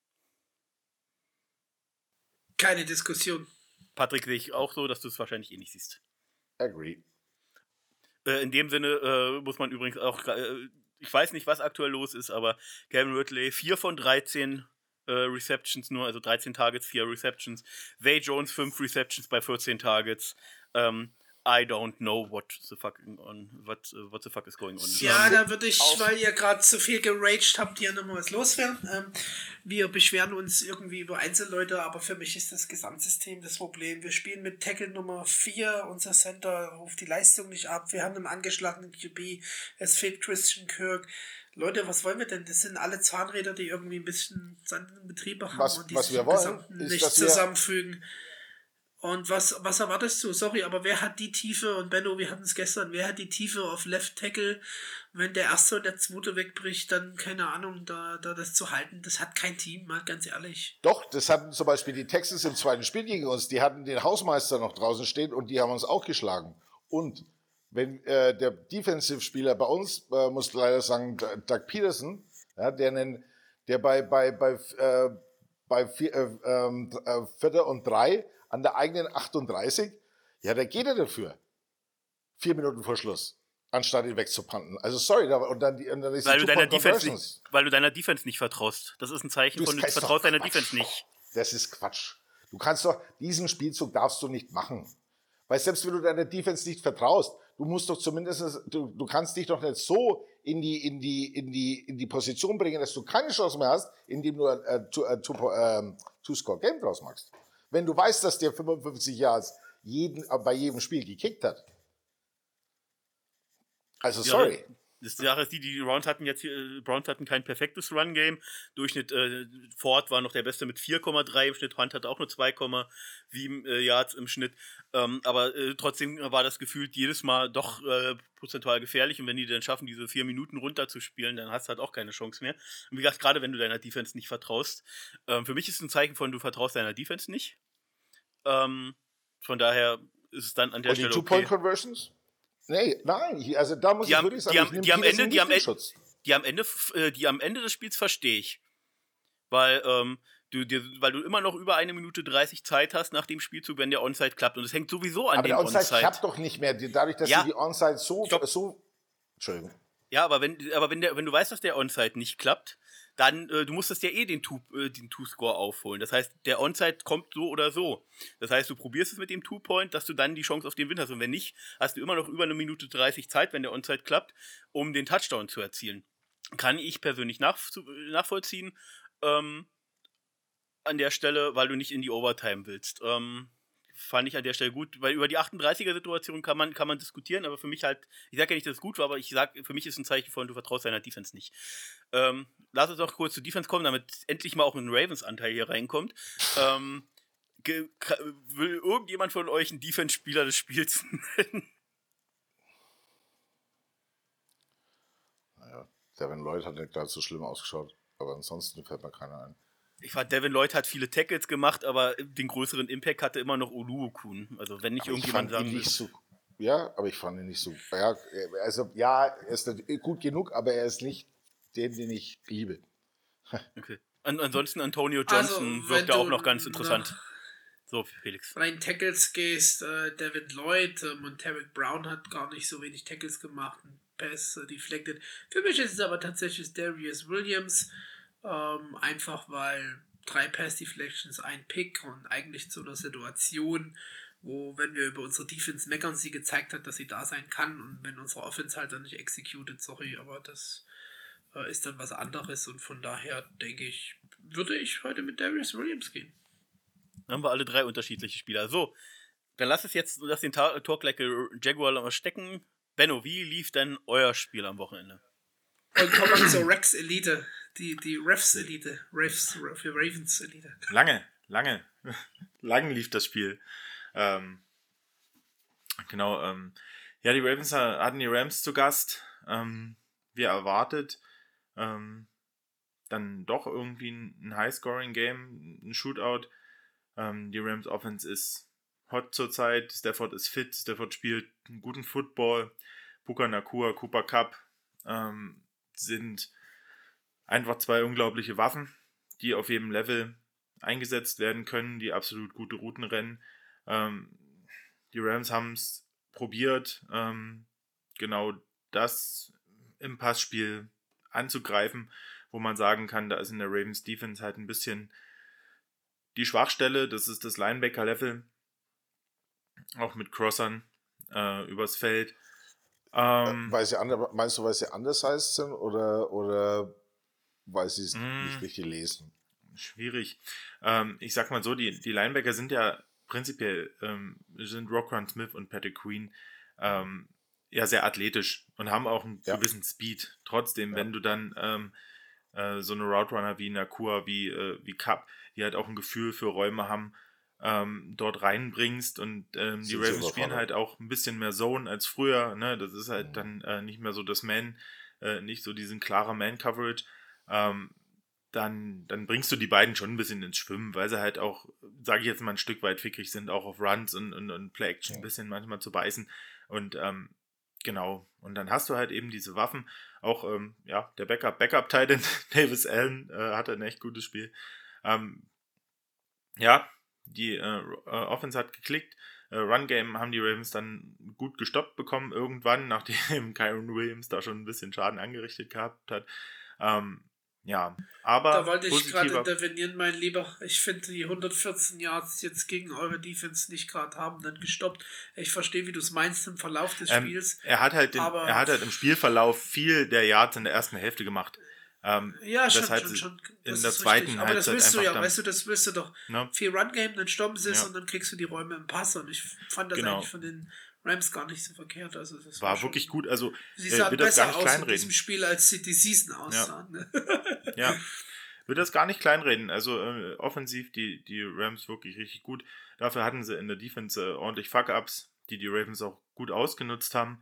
Keine Diskussion.
Patrick, sehe ich auch so, dass du es wahrscheinlich eh nicht siehst.
Agree.
In dem Sinne muss man übrigens auch, ich weiß nicht, was aktuell los ist, aber Calvin Ridley, 4 von 13 Receptions nur, also 13 Targets, 4 Receptions. Zay Jones, 5 Receptions bei 14 Targets. I don't know what the fuck is going on.
Ja, da würde ich, weil ihr gerade so viel geraged habt, hier nochmal was loswerden. Wir beschweren uns irgendwie über Einzelleute, aber für mich ist das Gesamtsystem das Problem. Wir spielen mit Tackle Nummer 4, unser Center ruft die Leistung nicht ab, wir haben einen angeschlagenen QB, es fehlt Christian Kirk. Leute, was wollen wir denn? Das sind alle Zahnräder, die irgendwie ein bisschen Sand im Betrieb haben und die sich im Gesamten nicht zusammenfügen. Und was erwartest du? Sorry, aber wer hat die Tiefe, und Benno, wir hatten es gestern, wer hat die Tiefe auf Left Tackle? Wenn der erste und der zweite wegbricht, dann, keine Ahnung, da das zu halten, das hat kein Team, mal ganz ehrlich.
Doch, das hatten zum Beispiel die Texans im zweiten Spiel gegen uns, die hatten den Hausmeister noch draußen stehen und die haben uns auch geschlagen. Und wenn der Defensive-Spieler bei uns, muss leider sagen, Doug Peterson, ja, der bei 4. und 3 an der eigenen 38, ja, da geht er dafür. 4 Minuten vor Schluss, anstatt ihn wegzupanten. Also sorry, und dann ist
weil du deiner Defense nicht vertraust. Das ist ein Zeichen von, du vertraust deiner Defense nicht.
Das ist Quatsch. Du kannst doch, diesen Spielzug darfst du nicht machen. Weil selbst wenn du deiner Defense nicht vertraust, du musst doch zumindest, du kannst dich doch nicht so in die Position bringen, dass du keine Chance mehr hast, indem du Two-Score-Game draus machst. Wenn du weißt, dass der 55 Yards bei jedem Spiel gekickt hat. Also sorry.
Ja, die Sache ist die Browns hatten kein perfektes Run-Game. Durchschnitt Ford war noch der Beste mit 4,3 im Schnitt, Hunt hatte auch nur 2,7 Yards im Schnitt. Aber trotzdem war das gefühlt jedes Mal doch prozentual gefährlich. Und wenn die dann schaffen, diese 4 Minuten runterzuspielen, dann hast du halt auch keine Chance mehr. Und wie gesagt, gerade wenn du deiner Defense nicht vertraust. Für mich ist es ein Zeichen von, du vertraust deiner Defense nicht. Von daher ist es dann an der
Und die
Stelle
Two-Point-Conversions? Nein, also da muss ich wirklich sagen, ich nehme Peterson nicht in Schutz.
Die am Ende des Spiels verstehe ich. Weil weil du immer noch über 1 Minute 30 Zeit hast nach dem Spielzug, wenn der Onside klappt. Und es hängt sowieso an dem Onside.
Aber der Onside klappt doch nicht mehr, dadurch, dass sie die Onside so... Entschuldigung.
Ja, aber wenn du weißt, dass der Onside nicht klappt, dann du musstest ja den Two-Score aufholen. Das heißt, der Onside kommt so oder so. Das heißt, du probierst es mit dem Two-Point, dass du dann die Chance auf den Win hast. Und wenn nicht, hast du immer noch über 1 Minute 30 Zeit, wenn der Onside klappt, um den Touchdown zu erzielen. Kann ich persönlich nachvollziehen. An der Stelle, weil du nicht in die Overtime willst. Fand ich an der Stelle gut, weil über die 38er-Situation kann man diskutieren, aber für mich halt, ich sage ja nicht, dass es gut war, aber ich sage, für mich ist ein Zeichen von, du vertraust deiner Defense nicht. Lass uns auch kurz zur Defense kommen, damit endlich mal auch ein Ravens-Anteil hier reinkommt. Will irgendjemand von euch einen Defense-Spieler des Spiels nennen?
Naja, Devin Lloyd hat nicht ganz so schlimm ausgeschaut, aber ansonsten fällt mir keiner ein.
Ich fand, Devin Lloyd hat viele Tackles gemacht, aber den größeren Impact hatte immer noch Oluokun. Also wenn nicht irgendjemand sagen will.
Ja, aber ich fand ihn nicht so. Ja, also ja, er ist gut genug, aber er ist nicht den ich liebe.
Okay. Ansonsten Antonio Johnson wirkte auch noch ganz interessant. So, Felix.
Rein Tackles gehst, Devin Lloyd, Montaric Brown hat gar nicht so wenig Tackles gemacht, Pass deflected. Für mich ist es aber tatsächlich Darius Williams. Einfach weil 3 Pass-Deflections, 1 Pick und eigentlich zu einer Situation, wo, wenn wir über unsere Defense meckern, sie gezeigt hat, dass sie da sein kann und wenn unsere Offense halt dann nicht executed, sorry, aber das ist dann was anderes und von daher denke ich, würde ich heute mit Darius Williams gehen.
Dann haben wir alle 3 unterschiedliche Spieler. So, dann lass den Talk like a Jaguar mal stecken. Benno, wie lief denn euer Spiel am Wochenende?
Und kommen wir zur Rex Elite. Die Refs Elite. Refs für Ravens Elite.
Lange lief das Spiel. Genau. Ja, die Ravens hatten die Rams zu Gast. Wie erwartet. Dann doch irgendwie ein High-Scoring-Game, ein Shootout. Die Rams Offense ist hot zurzeit. Stafford ist fit. Stafford spielt einen guten Football. Puka Nacua, Cooper Kupp sind einfach 2 unglaubliche Waffen, die auf jedem Level eingesetzt werden können, die absolut gute Routen rennen. Die Rams haben es probiert, genau das im Passspiel anzugreifen, wo man sagen kann, da ist in der Ravens Defense halt ein bisschen die Schwachstelle, das ist das Linebacker-Level, auch mit Crossern übers Feld.
Meinst du, weil sie undersized sind oder weil sie es nicht richtig lesen?
Schwierig. Ich sag mal so, die Linebacker sind ja prinzipiell, sind Roquan Smith und Patrick Queen ja sehr athletisch und haben auch einen gewissen Speed. Trotzdem, wenn du dann so eine Route Runner wie Nacua, wie Kupp, die halt auch ein Gefühl für Räume haben, dort reinbringst und die Ravens spielen halt auch ein bisschen mehr Zone als früher, ne? Das ist halt dann nicht mehr so das nicht so diesen klaren Man-Coverage, dann bringst du die beiden schon ein bisschen ins Schwimmen, weil sie halt auch, sage ich jetzt mal, ein Stück weit fickrig sind, auch auf Runs und Play-Action ein bisschen manchmal zu beißen und genau, und dann hast du halt eben diese Waffen, auch der Backup-Titan Davis Allen hatte ein echt gutes Spiel. Die Offense hat geklickt. Run-Game haben die Ravens dann gut gestoppt bekommen irgendwann, nachdem Kyron Williams da schon ein bisschen Schaden angerichtet gehabt hat. Aber
da wollte ich gerade intervenieren, mein Lieber. Ich finde, die 114 Yards jetzt gegen eure Defense nicht gerade haben dann gestoppt. Ich verstehe, wie du es meinst im Verlauf des Spiels.
Er hat halt im Spielverlauf viel der Yards in der ersten Hälfte gemacht.
Ja, schon.
In der zweiten
Halbzeit. Aber das willst du ja,
dann,
weißt du, das willst du doch.
Ne?
Viel Run-Game, dann stoppen sie es und dann kriegst du die Räume im Pass. Und ich fand das eigentlich von den Rams gar nicht so verkehrt. Also das
war wirklich gut. Also,
sie sahen besser aus in diesem Spiel, als sie die Season aussahen. Ne?
Ja, will das gar nicht kleinreden. Also offensiv die Rams wirklich richtig gut. Dafür hatten sie in der Defense ordentlich Fuck-Ups, die Ravens auch gut ausgenutzt haben.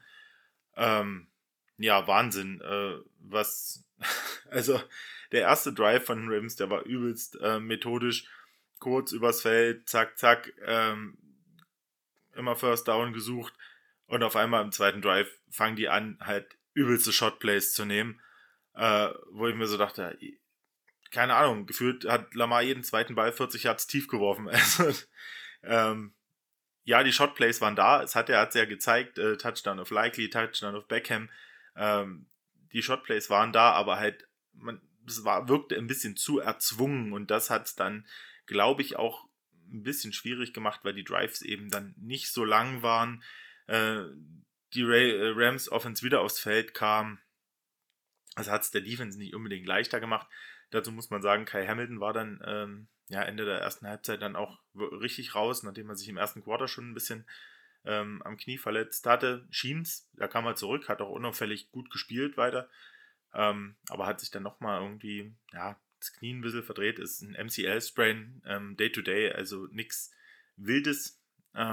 Wahnsinn. Also der erste Drive von den Ravens, der war übelst methodisch. kurz übers Feld, zack, zack, immer First Down gesucht und auf einmal im zweiten Drive fangen die an, halt übelste Shotplays zu nehmen, wo ich mir so dachte, keine Ahnung, gefühlt hat Lamar jeden zweiten Ball 40 Yards tief geworfen. Also, ja, die Shotplays waren da, er hat es ja gezeigt, Touchdown auf Likely, Touchdown auf Beckham, die Shotplays waren da, aber halt, wirkte ein bisschen zu erzwungen und das hat es dann, glaube ich, auch ein bisschen schwierig gemacht, weil die Drives eben dann nicht so lang waren, die Rams Offense wieder aufs Feld kam, also hat es der Defense nicht unbedingt leichter gemacht. Dazu muss man sagen, Kai Hamilton war dann Ende der ersten Halbzeit dann auch richtig raus, nachdem er sich im ersten Quarter schon ein bisschen am Knie verletzt hatte. Schien's, da kam er zurück, hat auch unauffällig gut gespielt weiter, aber hat sich dann nochmal irgendwie, das Knie ein bisschen verdreht, ist ein MCL-Sprain, Day-to-Day, also nichts Wildes,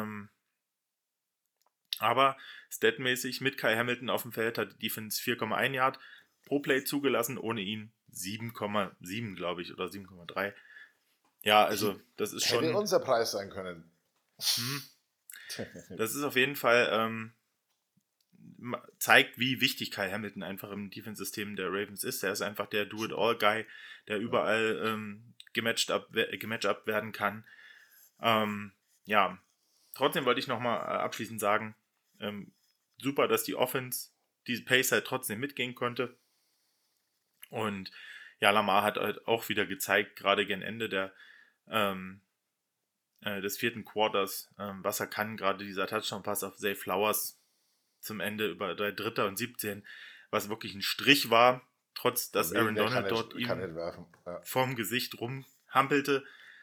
aber statmäßig mit Kai Hamilton auf dem Feld hat die Defense 4,1 Yard pro Play zugelassen, ohne ihn 7,7, glaube ich, oder 7,3. Ja, also das ist schon...
Hätte unser Preis sein können.
Das ist auf jeden Fall... zeigt, wie wichtig Kai Hamilton einfach im Defense-System der Ravens ist. Er ist einfach der Do-it-all-Guy, der überall gematcht up werden kann. Trotzdem wollte ich nochmal abschließend sagen, super, dass die Offense diese Pace halt trotzdem mitgehen konnte. Und ja, Lamar hat halt auch wieder gezeigt, gerade gegen Ende des vierten Quarters, was er kann. Gerade dieser Touchdown-Pass auf Zay Flowers zum Ende über 3. und 17, was wirklich ein Strich war, trotz dass Aaron Donald dort ihm vorm Gesicht rumhampelte.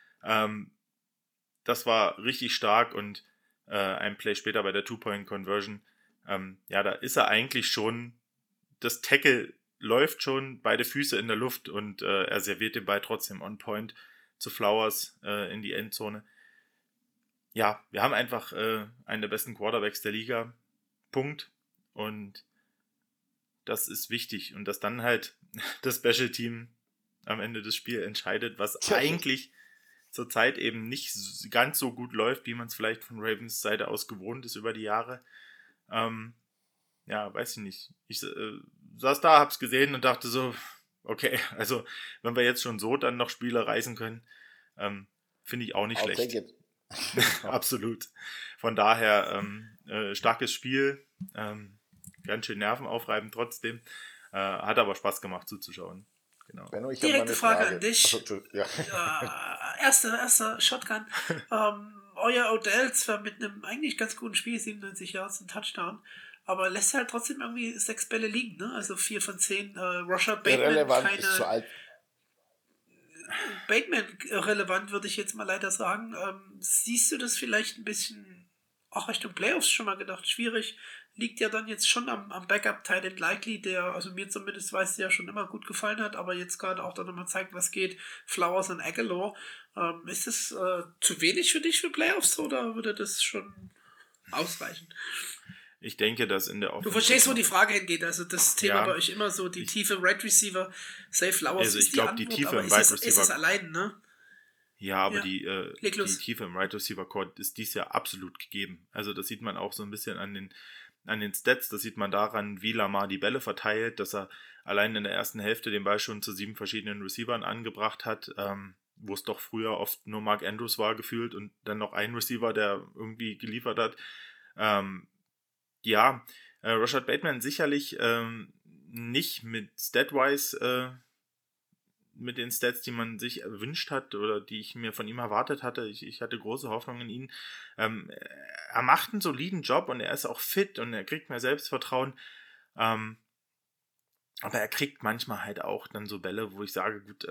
Das war richtig stark und ein Play später bei der Two-Point-Conversion, da ist er eigentlich schon, das Tackle läuft schon, beide Füße in der Luft und er serviert den Ball trotzdem on point zu Flowers in die Endzone. Ja, wir haben einfach einen der besten Quarterbacks der Liga. Punkt. Und das ist wichtig. Und dass dann halt das Special Team am Ende des Spiels entscheidet, was eigentlich zurzeit eben nicht ganz so gut läuft, wie man es vielleicht von Ravens Seite aus gewohnt ist über die Jahre. Weiß ich nicht. Ich saß da, hab's gesehen und dachte so, okay, also wenn wir jetzt schon so dann noch Spiele reißen können, finde ich auch nicht schlecht. Absolut. Von daher starkes Spiel, ganz schön nervenaufreibend trotzdem, hat aber Spaß gemacht zuzuschauen. Genau.
Benno, direkte Frage an dich. Erster Shotgun. Euer Odell zwar mit einem eigentlich ganz guten Spiel, 97 Yards und Touchdown, aber lässt halt trotzdem irgendwie 6 Bälle liegen, ne? Also 4 von 10. Rashad Bateman keine... Bateman relevant, würde ich jetzt mal leider sagen. Siehst du das vielleicht ein bisschen auch Richtung Playoffs schon mal gedacht? Schwierig. Liegt ja dann jetzt schon am Backup-Teil in Likely, der, also mir zumindest weiß, der ja schon immer gut gefallen hat, aber jetzt gerade auch dann nochmal zeigt, was geht. Flowers und Aguilar. Ist das zu wenig für dich für Playoffs oder würde das schon ausreichen?
Ich denke, dass in der
Offensive... Du verstehst, wo die Frage hingeht. Also das Thema bei euch immer so, die Tiefe im Right Receiver, Safe Flowers
also
ist
die Antwort,
die
Tiefe im
Right Receiver... Ist es allein, ne?
Ja, aber die Tiefe im Right Receiver Core ist dies Jahr absolut gegeben. Also das sieht man auch so ein bisschen an den Stats. Das sieht man daran, wie Lamar die Bälle verteilt, dass er allein in der ersten Hälfte den Ball schon zu 7 verschiedenen Receivern angebracht hat, wo es doch früher oft nur Mark Andrews war gefühlt und dann noch ein Receiver, der irgendwie geliefert hat. Rashad Bateman sicherlich nicht mit Statwise mit den Stats, die man sich erwünscht hat oder die ich mir von ihm erwartet hatte. Ich hatte große Hoffnung in ihn. Er macht einen soliden Job und er ist auch fit und er kriegt mehr Selbstvertrauen. Aber er kriegt manchmal halt auch dann so Bälle, wo ich sage, gut,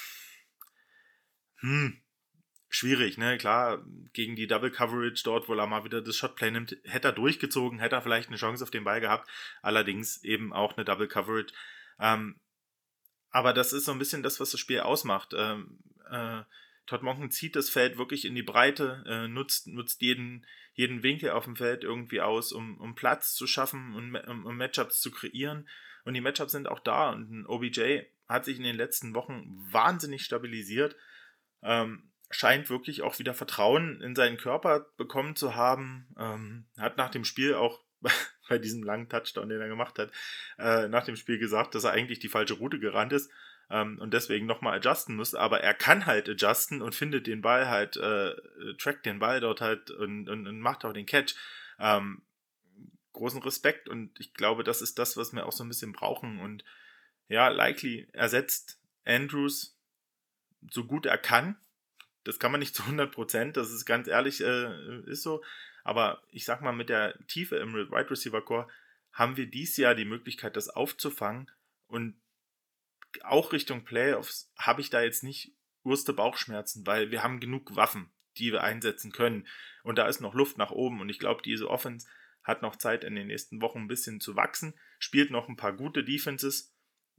schwierig, ne? Klar, gegen die Double Coverage dort, wo er mal wieder das Shotplay nimmt, hätte er durchgezogen, hätte er vielleicht eine Chance auf den Ball gehabt. Allerdings eben auch eine Double Coverage. Aber das ist so ein bisschen das, was das Spiel ausmacht. Todd Monken zieht das Feld wirklich in die Breite, nutzt jeden Winkel auf dem Feld irgendwie aus, um Platz zu schaffen und um Matchups zu kreieren. Und die Matchups sind auch da. Und ein OBJ hat sich in den letzten Wochen wahnsinnig stabilisiert. scheint wirklich auch wieder Vertrauen in seinen Körper bekommen zu haben. Hat nach dem Spiel auch bei diesem langen Touchdown, den er gemacht hat, nach dem Spiel gesagt, dass er eigentlich die falsche Route gerannt ist und deswegen nochmal adjusten muss. Aber er kann halt adjusten und findet den Ball halt, trackt den Ball dort halt und macht auch den Catch. Großen Respekt und ich glaube, das ist das, was wir auch so ein bisschen brauchen. Und ja, Likely ersetzt Andrews so gut er kann. Das kann man nicht zu 100%, das ist ganz ehrlich, ist so. Aber ich sag mal, mit der Tiefe im Wide Receiver Core haben wir dieses Jahr die Möglichkeit, das aufzufangen. Und auch Richtung Playoffs habe ich da jetzt nicht urste Bauchschmerzen, weil wir haben genug Waffen, die wir einsetzen können. Und da ist noch Luft nach oben. Und ich glaube, diese Offense hat noch Zeit in den nächsten Wochen ein bisschen zu wachsen. Spielt noch ein paar gute Defenses.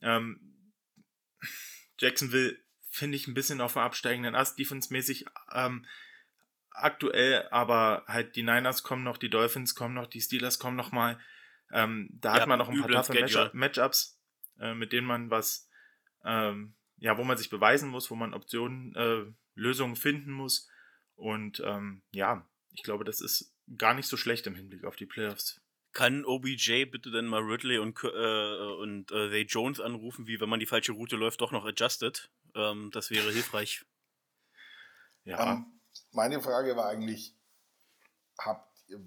Jacksonville finde ich ein bisschen auf dem absteigenden Ast, defense-mäßig aktuell, aber halt die Niners kommen noch, die Dolphins kommen noch, die Steelers kommen noch mal. Da hat man noch ein paar taffe Matchups, mit denen man was, wo man sich beweisen muss, wo man Optionen, Lösungen finden muss. Und ich glaube, das ist gar nicht so schlecht im Hinblick auf die Playoffs.
Kann OBJ bitte dann mal Ridley und Zay Jones anrufen, wie wenn man die falsche Route läuft, doch noch adjusted? Das wäre hilfreich.
Ja.
Meine Frage war eigentlich, habt ihr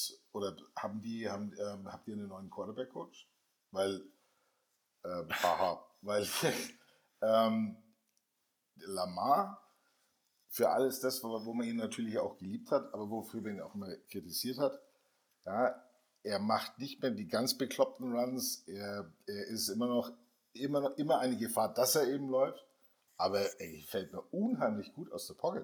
einen neuen Quarterback-Coach? Weil Lamar, für alles das, wo man ihn natürlich auch geliebt hat, aber wofür man ihn auch immer kritisiert hat, ja, er macht nicht mehr die ganz bekloppten Runs, er ist immer eine Gefahr, dass er eben läuft, aber er fällt mir unheimlich gut aus der Pocket.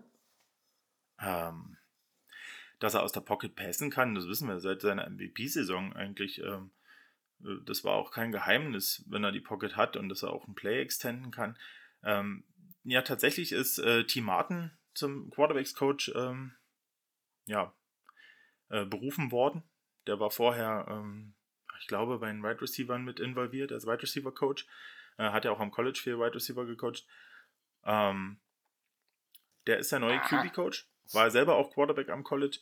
Dass er aus der Pocket passen kann, das wissen wir seit seiner MVP-Saison eigentlich. Das war auch kein Geheimnis, wenn er die Pocket hat und dass er auch ein Play extenden kann. Tatsächlich ist T. Martin zum Quarterbacks-Coach berufen worden. Der war vorher, ich glaube, bei den Wide Receivern mit involviert als Wide Receiver Coach. Hat ja auch am College für Wide Receiver gecoacht. Der ist der neue QB-Coach. War selber auch Quarterback am College.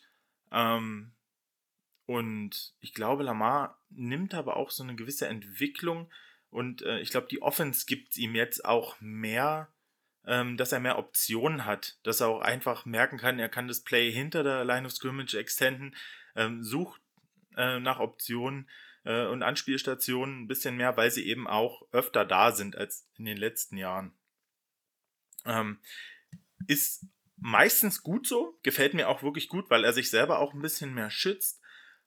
Und ich glaube, Lamar nimmt aber auch so eine gewisse Entwicklung. Und ich glaube, die Offense gibt ihm jetzt auch mehr, dass er mehr Optionen hat. Dass er auch einfach merken kann, er kann das Play hinter der Line of Scrimmage extenden. Sucht nach Optionen und Anspielstationen ein bisschen mehr, weil sie eben auch öfter da sind als in den letzten Jahren. Ist meistens gut so, gefällt mir auch wirklich gut, weil er sich selber auch ein bisschen mehr schützt.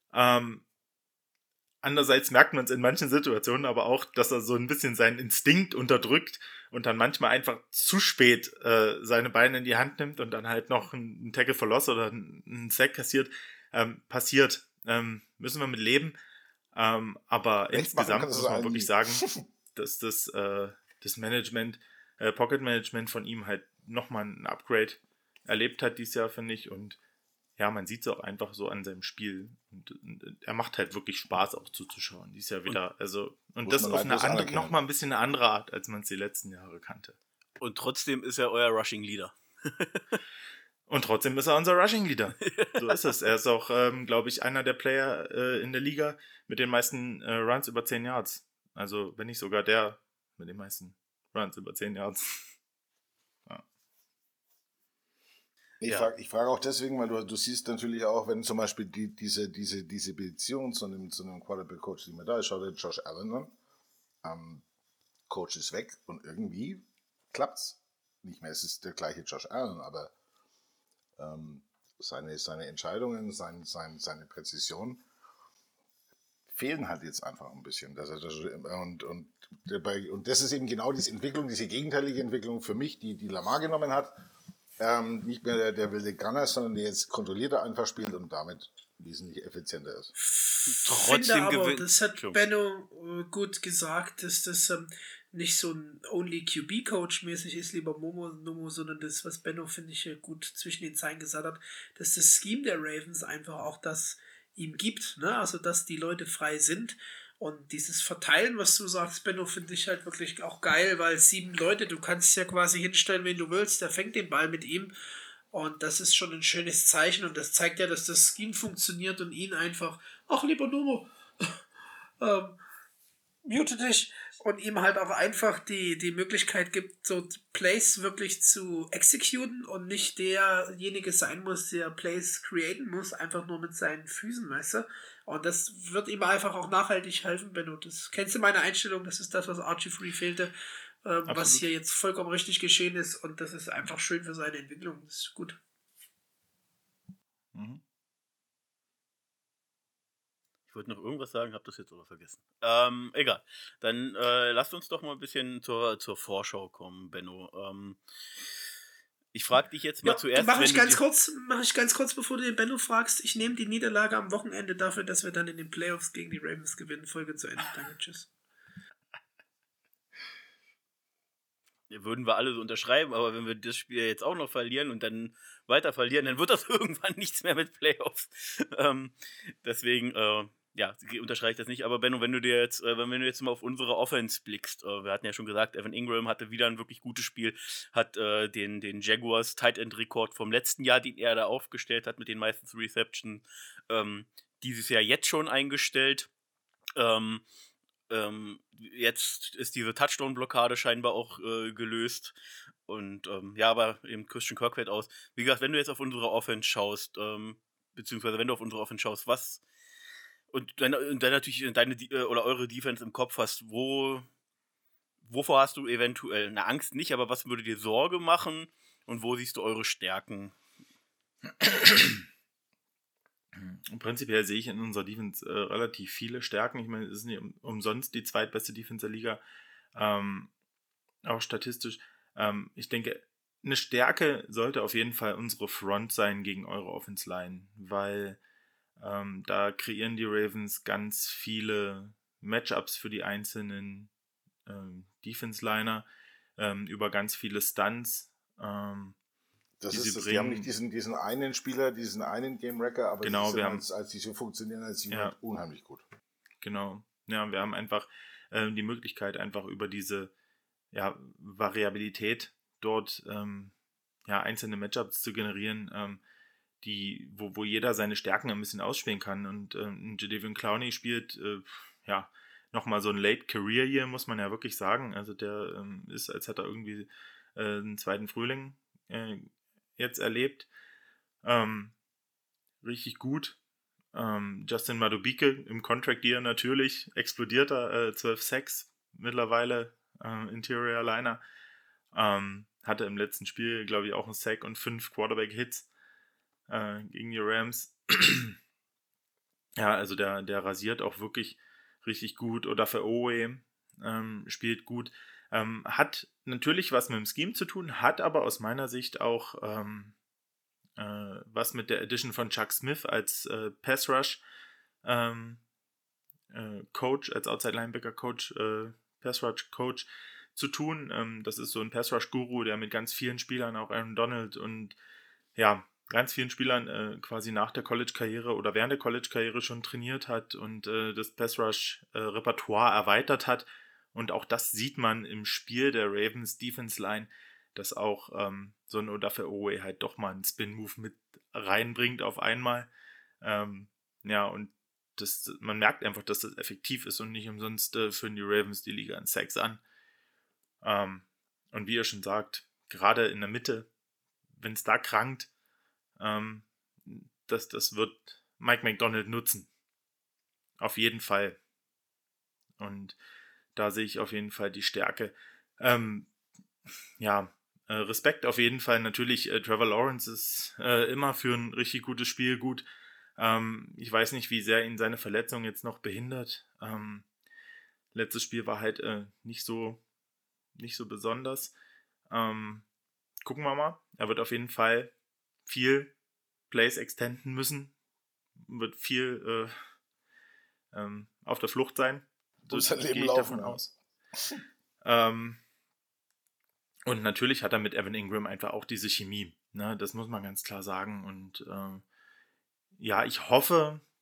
Andererseits merkt man es in manchen Situationen aber auch, dass er so ein bisschen seinen Instinkt unterdrückt und dann manchmal einfach zu spät seine Beine in die Hand nimmt und dann halt noch einen Tackle for Loss oder einen Sack kassiert. Passiert. Müssen wir mit leben. Aber insgesamt muss man wirklich sagen, dass das Management, Pocket Management von ihm halt nochmal ein Upgrade erlebt hat dieses Jahr, finde ich. Und ja, man sieht es auch einfach so an seinem Spiel. Und er macht halt wirklich Spaß auch zuzuschauen. Dieses Jahr wieder. Und das auf eine andere, nochmal ein bisschen eine andere Art, als man es die letzten Jahre kannte.
Und trotzdem ist er euer Rushing Leader.
Und trotzdem ist er unser Rushing Leader. So ist es. Er ist auch, glaube ich, einer der Player in der Liga mit den meisten Runs über 10 Yards. Also, wenn nicht sogar der mit den meisten Runs über 10 Yards. Ja.
Ich frage auch deswegen, weil du siehst natürlich auch, wenn zum Beispiel diese Beziehung zu einem Quarterback-Coach, die man da ist, schau dir Josh Allen an. Coach ist weg und irgendwie klappt's. Nicht mehr, es ist der gleiche Josh Allen, aber seine Entscheidungen, seine Präzision fehlen halt jetzt einfach ein bisschen. Und das ist eben genau diese Entwicklung, diese gegenteilige Entwicklung für mich, die Lamar genommen hat. Nicht mehr der wilde Gunner, sondern der jetzt kontrollierter einfach spielt und damit wesentlich effizienter ist.
Trotzdem aber, das hat Benno gut gesagt, dass das nicht so ein Only-QB-Coach mäßig ist, lieber Nomo, sondern das, was Benno, finde ich, gut zwischen den Zeilen gesagt hat, dass das Scheme der Ravens einfach auch das ihm gibt, ne? Also dass die Leute frei sind Und dieses Verteilen, was du sagst, Benno, finde ich halt wirklich auch geil, weil 7 Leute, du kannst ja quasi hinstellen, wen du willst, der fängt den Ball mit ihm. Und das ist schon ein schönes Zeichen und das zeigt ja, dass das Scheme funktioniert und ihn einfach, ach lieber Numo, ähm, mute dich und ihm halt auch einfach die Möglichkeit gibt, so Plays wirklich zu executen und nicht derjenige sein muss, der Plays createn muss, einfach nur mit seinen Füßen, weißt du? Und das wird ihm einfach auch nachhaltig helfen, Benno. Das kennst du meine Einstellung, das ist das, was Archie Free fehlte, was hier jetzt vollkommen richtig geschehen ist und das ist einfach schön für seine Entwicklung. Das ist gut.
Mhm. Ich wollte noch irgendwas sagen, habe das jetzt aber vergessen. Egal. Dann lasst uns doch mal ein bisschen zur Vorschau kommen, Benno. Ich frage dich jetzt mal zuerst.
Mache ich ganz kurz, bevor du den Benno fragst. Ich nehme die Niederlage am Wochenende dafür, dass wir dann in den Playoffs gegen die Ravens gewinnen. Folge zu Ende. Danke, tschüss.
Würden wir alle so unterschreiben, aber wenn wir das Spiel jetzt auch noch verlieren und dann weiter verlieren, dann wird das irgendwann nichts mehr mit Playoffs. Deswegen, unterstreiche ich das nicht. Aber Benno, wenn du jetzt mal auf unsere Offense blickst, wir hatten ja schon gesagt, Evan Ingram hatte wieder ein wirklich gutes Spiel, hat den Jaguars Tight End Rekord vom letzten Jahr, den er da aufgestellt hat mit den meisten Receptions, dieses Jahr jetzt schon eingestellt. Jetzt ist diese Touchdown-Blockade scheinbar auch gelöst. Und aber eben Christian Kirk fällt aus. Wie gesagt, wenn du jetzt auf unsere Offense schaust, beziehungsweise wenn du auf unsere Offense schaust, was und dann natürlich deine oder eure Defense im Kopf hast, wovor hast du eventuell eine Angst nicht, aber was würde dir Sorge machen und wo siehst du eure Stärken?
Prinzipiell sehe ich in unserer Defense relativ viele Stärken. Ich meine, es ist nicht umsonst die zweitbeste Defense der Liga, auch statistisch. Ich denke, eine Stärke sollte auf jeden Fall unsere Front sein gegen eure Offense Line, weil da kreieren die Ravens ganz viele Matchups für die einzelnen Defense-Liner über ganz viele Stunts.
Die haben nicht diesen einen Spieler, diesen einen Game-Wrecker, aber
genau,
als die so funktionieren, als Unit unheimlich gut.
Genau. Ja, wir haben einfach die Möglichkeit, einfach über diese Variabilität dort einzelne Matchups zu generieren, wo jeder seine Stärken ein bisschen ausspielen kann. Und Jadeveon Clowney spielt nochmal so ein Late Career hier, muss man ja wirklich sagen. Also der ist, als hätte er irgendwie einen zweiten Frühling jetzt erlebt. Richtig gut. Justin Madubike im Contract Year natürlich explodiert er, 12 Sacks mittlerweile, Interior Liner. Hatte im letzten Spiel, glaube ich, auch einen Sack und 5 Quarterback-Hits gegen die Rams. Ja, also der rasiert auch wirklich richtig gut. Oder für Owe spielt gut. Hat natürlich was mit dem Scheme zu tun, hat aber aus meiner Sicht auch was mit der Addition von Chuck Smith als Pass Rush Coach, als Outside Linebacker Coach, Pass Rush Coach zu tun. Das ist so ein Pass Rush Guru, der mit ganz vielen Spielern, auch Aaron Donald und ganz vielen Spielern quasi nach der College-Karriere oder während der College-Karriere schon trainiert hat und das Pass Rush Repertoire erweitert hat. Und auch das sieht man im Spiel der Ravens Defense Line, dass auch so ein Odafe Owe halt doch mal einen Spin-Move mit reinbringt auf einmal. Und man merkt einfach, dass das effektiv ist und nicht umsonst führen die Ravens die Liga in Sacks an. Und wie ihr schon sagt, gerade in der Mitte, wenn es da krankt, das wird Mike Macdonald nutzen. Auf jeden Fall. Und da sehe ich auf jeden Fall die Stärke. Respekt auf jeden Fall. Natürlich, Trevor Lawrence ist immer für ein richtig gutes Spiel gut. Ich weiß nicht, wie sehr ihn seine Verletzung jetzt noch behindert. Letztes Spiel war halt nicht so besonders. Gucken wir mal. Er wird auf jeden Fall viel Plays extenden müssen. Wird viel auf der Flucht sein.
Und sein Leben laufen aus.
Und natürlich hat er mit Evan Ingram einfach auch diese Chemie. Ne? Das muss man ganz klar sagen. Und ich hoffe,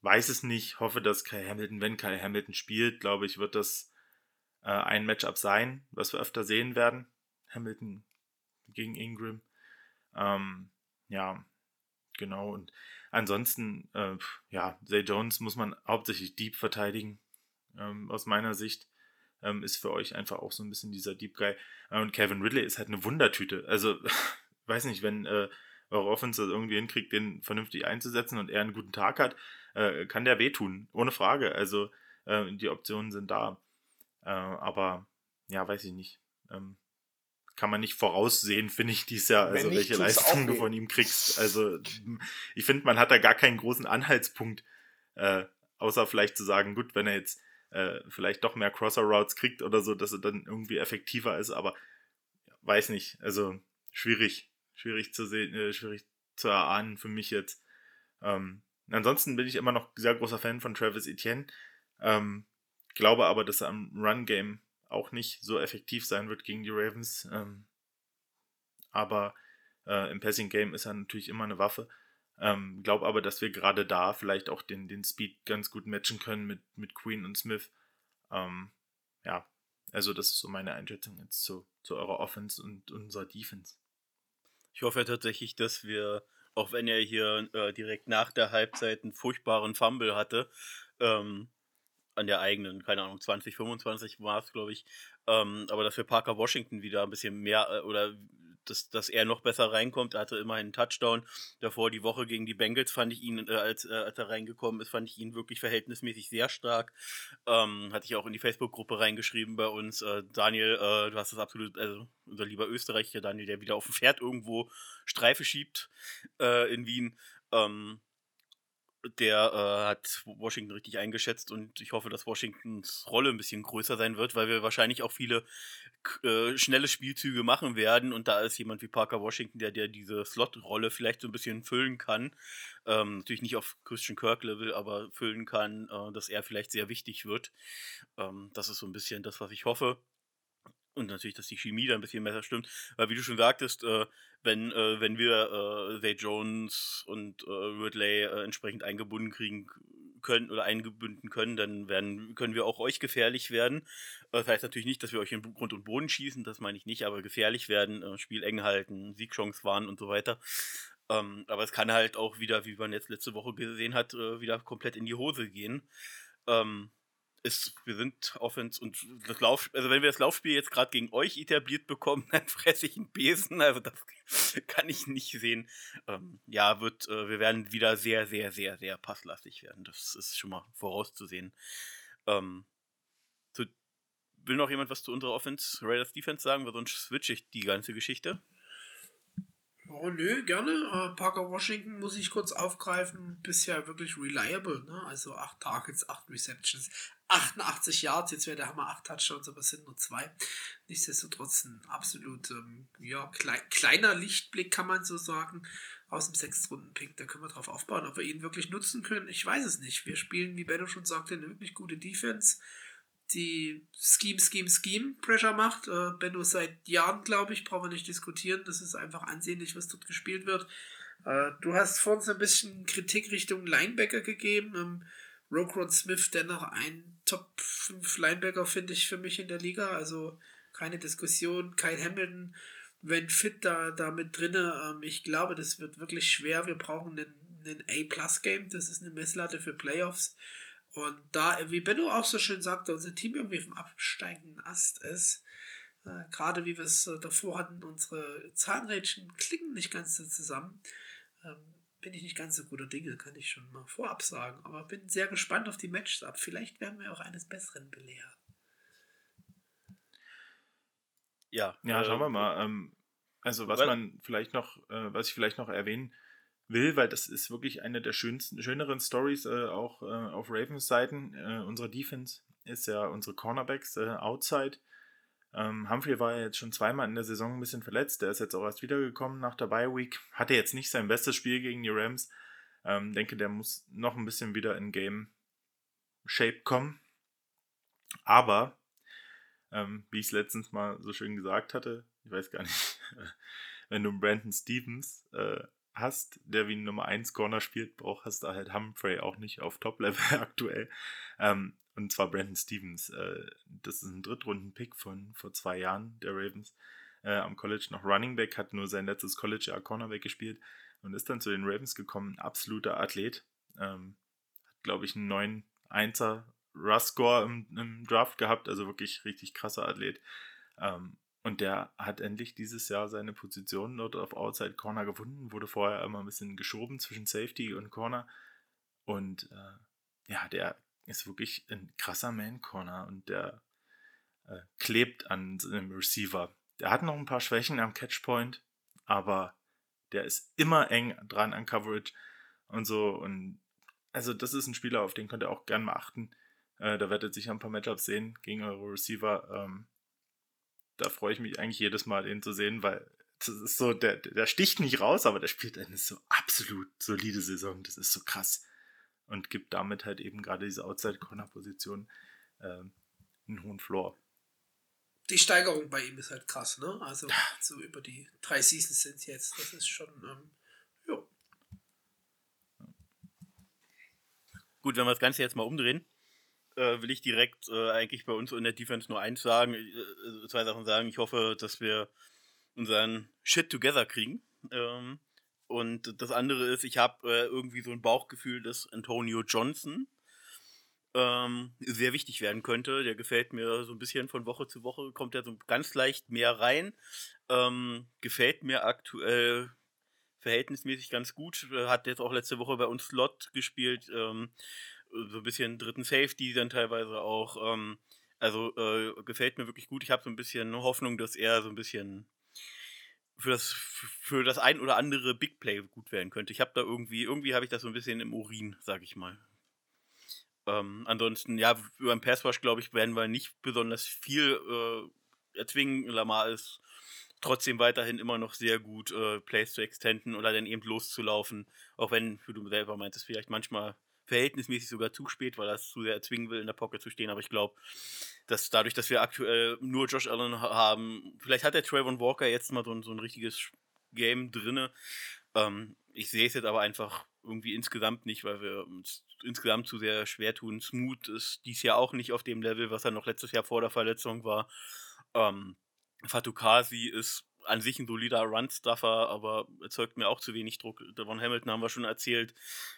weiß es nicht, hoffe, dass Kyle Hamilton, wenn Kyle Hamilton spielt, glaube ich, wird das ein Matchup sein, was wir öfter sehen werden. Hamilton gegen Ingram. Ja, genau. Und ansonsten, Zay Jones muss man hauptsächlich deep verteidigen, aus meiner Sicht. Ist für euch einfach auch so ein bisschen dieser Deep Guy. Und Calvin Ridley ist halt eine Wundertüte. Also, weiß nicht, wenn eure Offense das irgendwie hinkriegt, den vernünftig einzusetzen und er einen guten Tag hat, kann der wehtun, ohne Frage. Also, die Optionen sind da. Aber, ja, weiß ich nicht. Kann man nicht voraussehen, finde ich, dieses Jahr, also
Wenn nicht,
welche
tut's
Leistung
auch
du
weh.
von ihm kriegst. Also, ich finde, man hat da gar keinen großen Anhaltspunkt, außer vielleicht zu sagen, gut, wenn er jetzt vielleicht doch mehr Crosser-Routes kriegt oder so, dass er dann irgendwie effektiver ist, aber weiß nicht, also schwierig zu sehen, schwierig zu erahnen für mich jetzt. Ansonsten bin ich immer noch sehr großer Fan von Travis Etienne, glaube aber, dass er am Run-Game auch nicht so effektiv sein wird gegen die Ravens, aber im Passing-Game ist er natürlich immer eine Waffe. Glaube aber, dass wir gerade da vielleicht auch den Speed ganz gut matchen können mit Queen und Smith. Ja, also das ist so meine Einschätzung jetzt zu eurer Offense und unserer Defense.
Ich hoffe ja tatsächlich, dass wir, auch wenn er hier direkt nach der Halbzeit einen furchtbaren Fumble hatte, an der eigenen, keine Ahnung, 20, 25 war es, glaube ich, aber dass wir Parker Washington wieder ein bisschen mehr oder dass er noch besser reinkommt. Er hatte immerhin einen Touchdown. Davor die Woche gegen die Bengals fand ich ihn, als er reingekommen ist, fand ich ihn wirklich verhältnismäßig sehr stark. Hatte ich auch in die Facebook-Gruppe reingeschrieben bei uns. Daniel, du hast das absolut, also unser lieber Österreicher Daniel, der wieder auf dem Pferd irgendwo Streife schiebt in Wien. Der hat Washington richtig eingeschätzt und ich hoffe, dass Washingtons Rolle ein bisschen größer sein wird, weil wir wahrscheinlich auch viele schnelle Spielzüge machen werden und da ist jemand wie Parker Washington, der diese Slot-Rolle vielleicht so ein bisschen füllen kann. Natürlich nicht auf Christian Kirk-Level, aber füllen kann, dass er vielleicht sehr wichtig wird. Das ist so ein bisschen das, was ich hoffe. Und natürlich, dass die Chemie da ein bisschen besser stimmt. Weil, wie du schon sagtest, wenn wir Zay Jones und Ridley entsprechend eingebunden kriegen können oder eingebunden können, dann können wir auch euch gefährlich werden. Das heißt natürlich nicht, dass wir euch in Grund und Boden schießen, das meine ich nicht, aber gefährlich werden, Spiel eng halten, Siegchance wahren und so weiter. Aber es kann halt auch wieder, wie man jetzt letzte Woche gesehen hat, wieder komplett in die Hose gehen. Wir sind Offense und also wenn wir das Laufspiel jetzt gerade gegen euch etabliert bekommen, dann fresse ich einen Besen, also das kann ich nicht sehen. Wir werden wieder sehr, sehr, sehr, sehr passlastig werden. Das ist schon mal vorauszusehen. Will noch jemand was zu unserer Offense, Raiders Defense sagen, weil sonst switche ich die ganze Geschichte.
Oh, nö, gerne. Parker Washington muss ich kurz aufgreifen. Bisher wirklich reliable, ne? Also 8 Targets, 8 Receptions, 88 Yards. Jetzt wäre der Hammer 8 Touchdowns, aber es sind nur 2. Nichtsdestotrotz ein absolut kleiner Lichtblick, kann man so sagen, aus dem 6-Runden-Pick. Da können wir drauf aufbauen. Ob wir ihn wirklich nutzen können, ich weiß es nicht. Wir spielen, wie Benno schon sagte, eine wirklich gute Defense, die Scheme Pressure macht. Benno seit Jahren, glaube ich, brauchen wir nicht diskutieren. Das ist einfach ansehnlich, was dort gespielt wird. Du hast vorhin so ein bisschen Kritik Richtung Linebacker gegeben. Roquan Smith, dennoch ein Top 5 Linebacker, finde ich, für mich in der Liga. Also keine Diskussion. Kyle Hamilton, wenn fit da mit drinne. Ich glaube, das wird wirklich schwer. Wir brauchen einen A-Plus-Game. Das ist eine Messlatte für Playoffs. Und da, wie Benno auch so schön sagte, unser Team irgendwie auf dem absteigenden Ast ist, gerade wie wir es davor hatten, unsere Zahnrädchen klingen nicht ganz so zusammen, bin ich nicht ganz so guter Dinge, kann ich schon mal vorab sagen. Aber bin sehr gespannt auf die Matches ab. Vielleicht werden wir auch eines Besseren belehrt.
Ja, schauen wir mal. Also was ich vielleicht noch erwähnen will, weil das ist wirklich eine der schöneren Stories auch auf Ravens Seiten unserer Defense, ist ja unsere Cornerbacks outside. Humphrey war ja jetzt schon zweimal in der Saison ein bisschen verletzt, der ist jetzt auch erst wiedergekommen nach der Bye Week, hatte jetzt nicht sein bestes Spiel gegen die Rams, denke, der muss noch ein bisschen wieder in Game Shape kommen, aber wie ich es letztens mal so schön gesagt hatte, ich weiß gar nicht, wenn du Brandon Stephens hast, der wie ein Nummer 1 Corner spielt, hast du halt Humphrey auch nicht auf Top-Level aktuell. Und zwar Brandon Stevens. Das ist ein Drittrunden-Pick von vor 2 Jahren der Ravens. Am College noch Running Back, hat nur sein letztes College-Jahr Cornerback gespielt und ist dann zu den Ravens gekommen. Absoluter Athlet. Hat, glaube ich, einen 9-1er Rush-Score im Draft gehabt, also wirklich richtig krasser Athlet. Und der hat endlich dieses Jahr seine Position dort auf Outside Corner gefunden, wurde vorher immer ein bisschen geschoben zwischen Safety und Corner. Und der ist wirklich ein krasser Man-Corner und der klebt an einem Receiver. Der hat noch ein paar Schwächen am Catchpoint, aber der ist immer eng dran an Coverage und so. Und also das ist ein Spieler, auf den könnt ihr auch gerne mal achten. Da werdet ihr sicher ein paar Matchups sehen gegen eure Receiver. Da freue ich mich eigentlich jedes Mal, den zu sehen, weil das ist so, der sticht nicht raus, aber der spielt eine so absolut solide Saison. Das ist so krass. Und gibt damit halt eben gerade diese Outside-Corner-Position einen hohen Floor.
Die Steigerung bei ihm ist halt krass, ne? Also so über die 3 Seasons sind es jetzt. Das ist schon, ja.
Gut, wenn wir das Ganze jetzt mal umdrehen, will ich direkt eigentlich bei uns in der Defense nur eins sagen, 2 Sachen sagen. Ich hoffe, dass wir unseren Shit together kriegen. Und das andere ist, ich habe irgendwie so ein Bauchgefühl, dass Antonio Johnson sehr wichtig werden könnte. Der gefällt mir so ein bisschen von Woche zu Woche, kommt er so ganz leicht mehr rein. Gefällt mir aktuell verhältnismäßig ganz gut. Hat jetzt auch letzte Woche bei uns Slot gespielt. So ein bisschen dritten Safety dann teilweise auch. Gefällt mir wirklich gut. Ich habe so ein bisschen Hoffnung, dass er so ein bisschen für das ein oder andere Big Play gut werden könnte. Ich habe da irgendwie habe ich das so ein bisschen im Urin, sag ich mal. Ansonsten, ja, über den Passwash, glaube ich, werden wir nicht besonders viel erzwingen. Lamar ist trotzdem weiterhin immer noch sehr gut, Plays zu extenden oder dann eben loszulaufen. Auch wenn, wie du selber meintest, vielleicht manchmal verhältnismäßig sogar zu spät, weil er es zu sehr erzwingen will, in der Pocket zu stehen. Aber ich glaube, dass dadurch, dass wir aktuell nur Josh Allen haben, vielleicht hat der Trayvon Walker jetzt mal so ein richtiges Game drinne. Ich sehe es jetzt aber einfach irgendwie insgesamt nicht, weil wir uns insgesamt zu sehr schwer tun. Smoot ist dies Jahr auch nicht auf dem Level, was er noch letztes Jahr vor der Verletzung war. Fatukasi ist an sich ein solider Run-Stuffer, aber erzeugt mir auch zu wenig Druck. Devon Hamilton haben wir schon erzählt,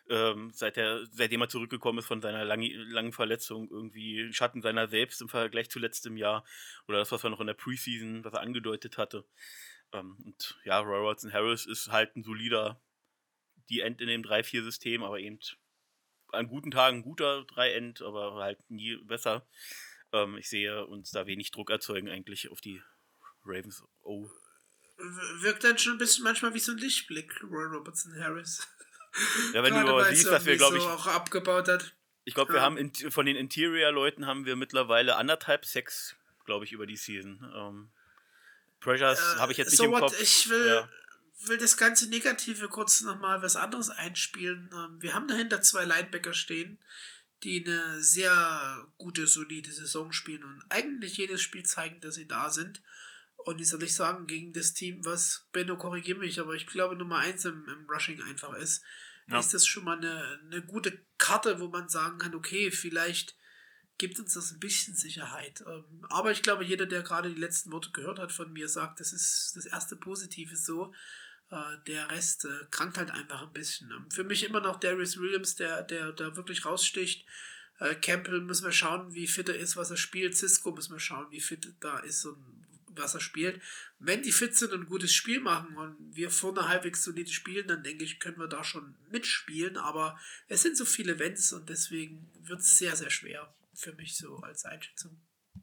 seitdem er zurückgekommen ist von seiner langen Verletzung, irgendwie Schatten seiner selbst im Vergleich zu letztem Jahr oder das, was wir noch in der Preseason, was er angedeutet hatte. Und ja, Roy Robertson Harris ist halt ein solider D-End in dem 3-4-System, aber eben an guten Tagen ein guter 3-End, aber halt nie besser. Ich sehe uns da wenig Druck erzeugen eigentlich auf die Ravens. Oh.
Wirkt dann schon ein bisschen manchmal wie so ein Lichtblick, Roy Robertson Harris.
Ja, wenn du aber siehst, dass wir, glaube ich,
so auch abgebaut hat.
Ich glaube, wir haben von den Interior-Leuten haben wir mittlerweile 1,5 Sacks, glaube ich, über die Season. Pressures habe ich jetzt nicht im Kopf.
Ich will das ganze Negative kurz nochmal was anderes einspielen. Wir haben dahinter 2 Linebacker stehen, die eine sehr gute, solide Saison spielen und eigentlich jedes Spiel zeigen, dass sie da sind. Und wie soll ich sagen, gegen das Team, was, Benno, korrigier mich, aber ich glaube Nummer 1 im Rushing einfach ist, ist das schon mal eine gute Karte, wo man sagen kann, okay, vielleicht gibt uns das ein bisschen Sicherheit. Aber ich glaube, jeder, der gerade die letzten Worte gehört hat von mir, sagt, das ist das erste Positive so. Der Rest krankt halt einfach ein bisschen. Für mich immer noch Darius Williams, der da wirklich raussticht. Campbell müssen wir schauen, wie fit er ist, was er spielt. Cisco müssen wir schauen, wie fit da ist und was er spielt. Wenn die fit sind und ein gutes Spiel machen und wir vorne halbwegs solide spielen, dann denke ich, können wir da schon mitspielen. Aber es sind so viele Events und deswegen wird es sehr, sehr schwer für mich so als Einschätzung.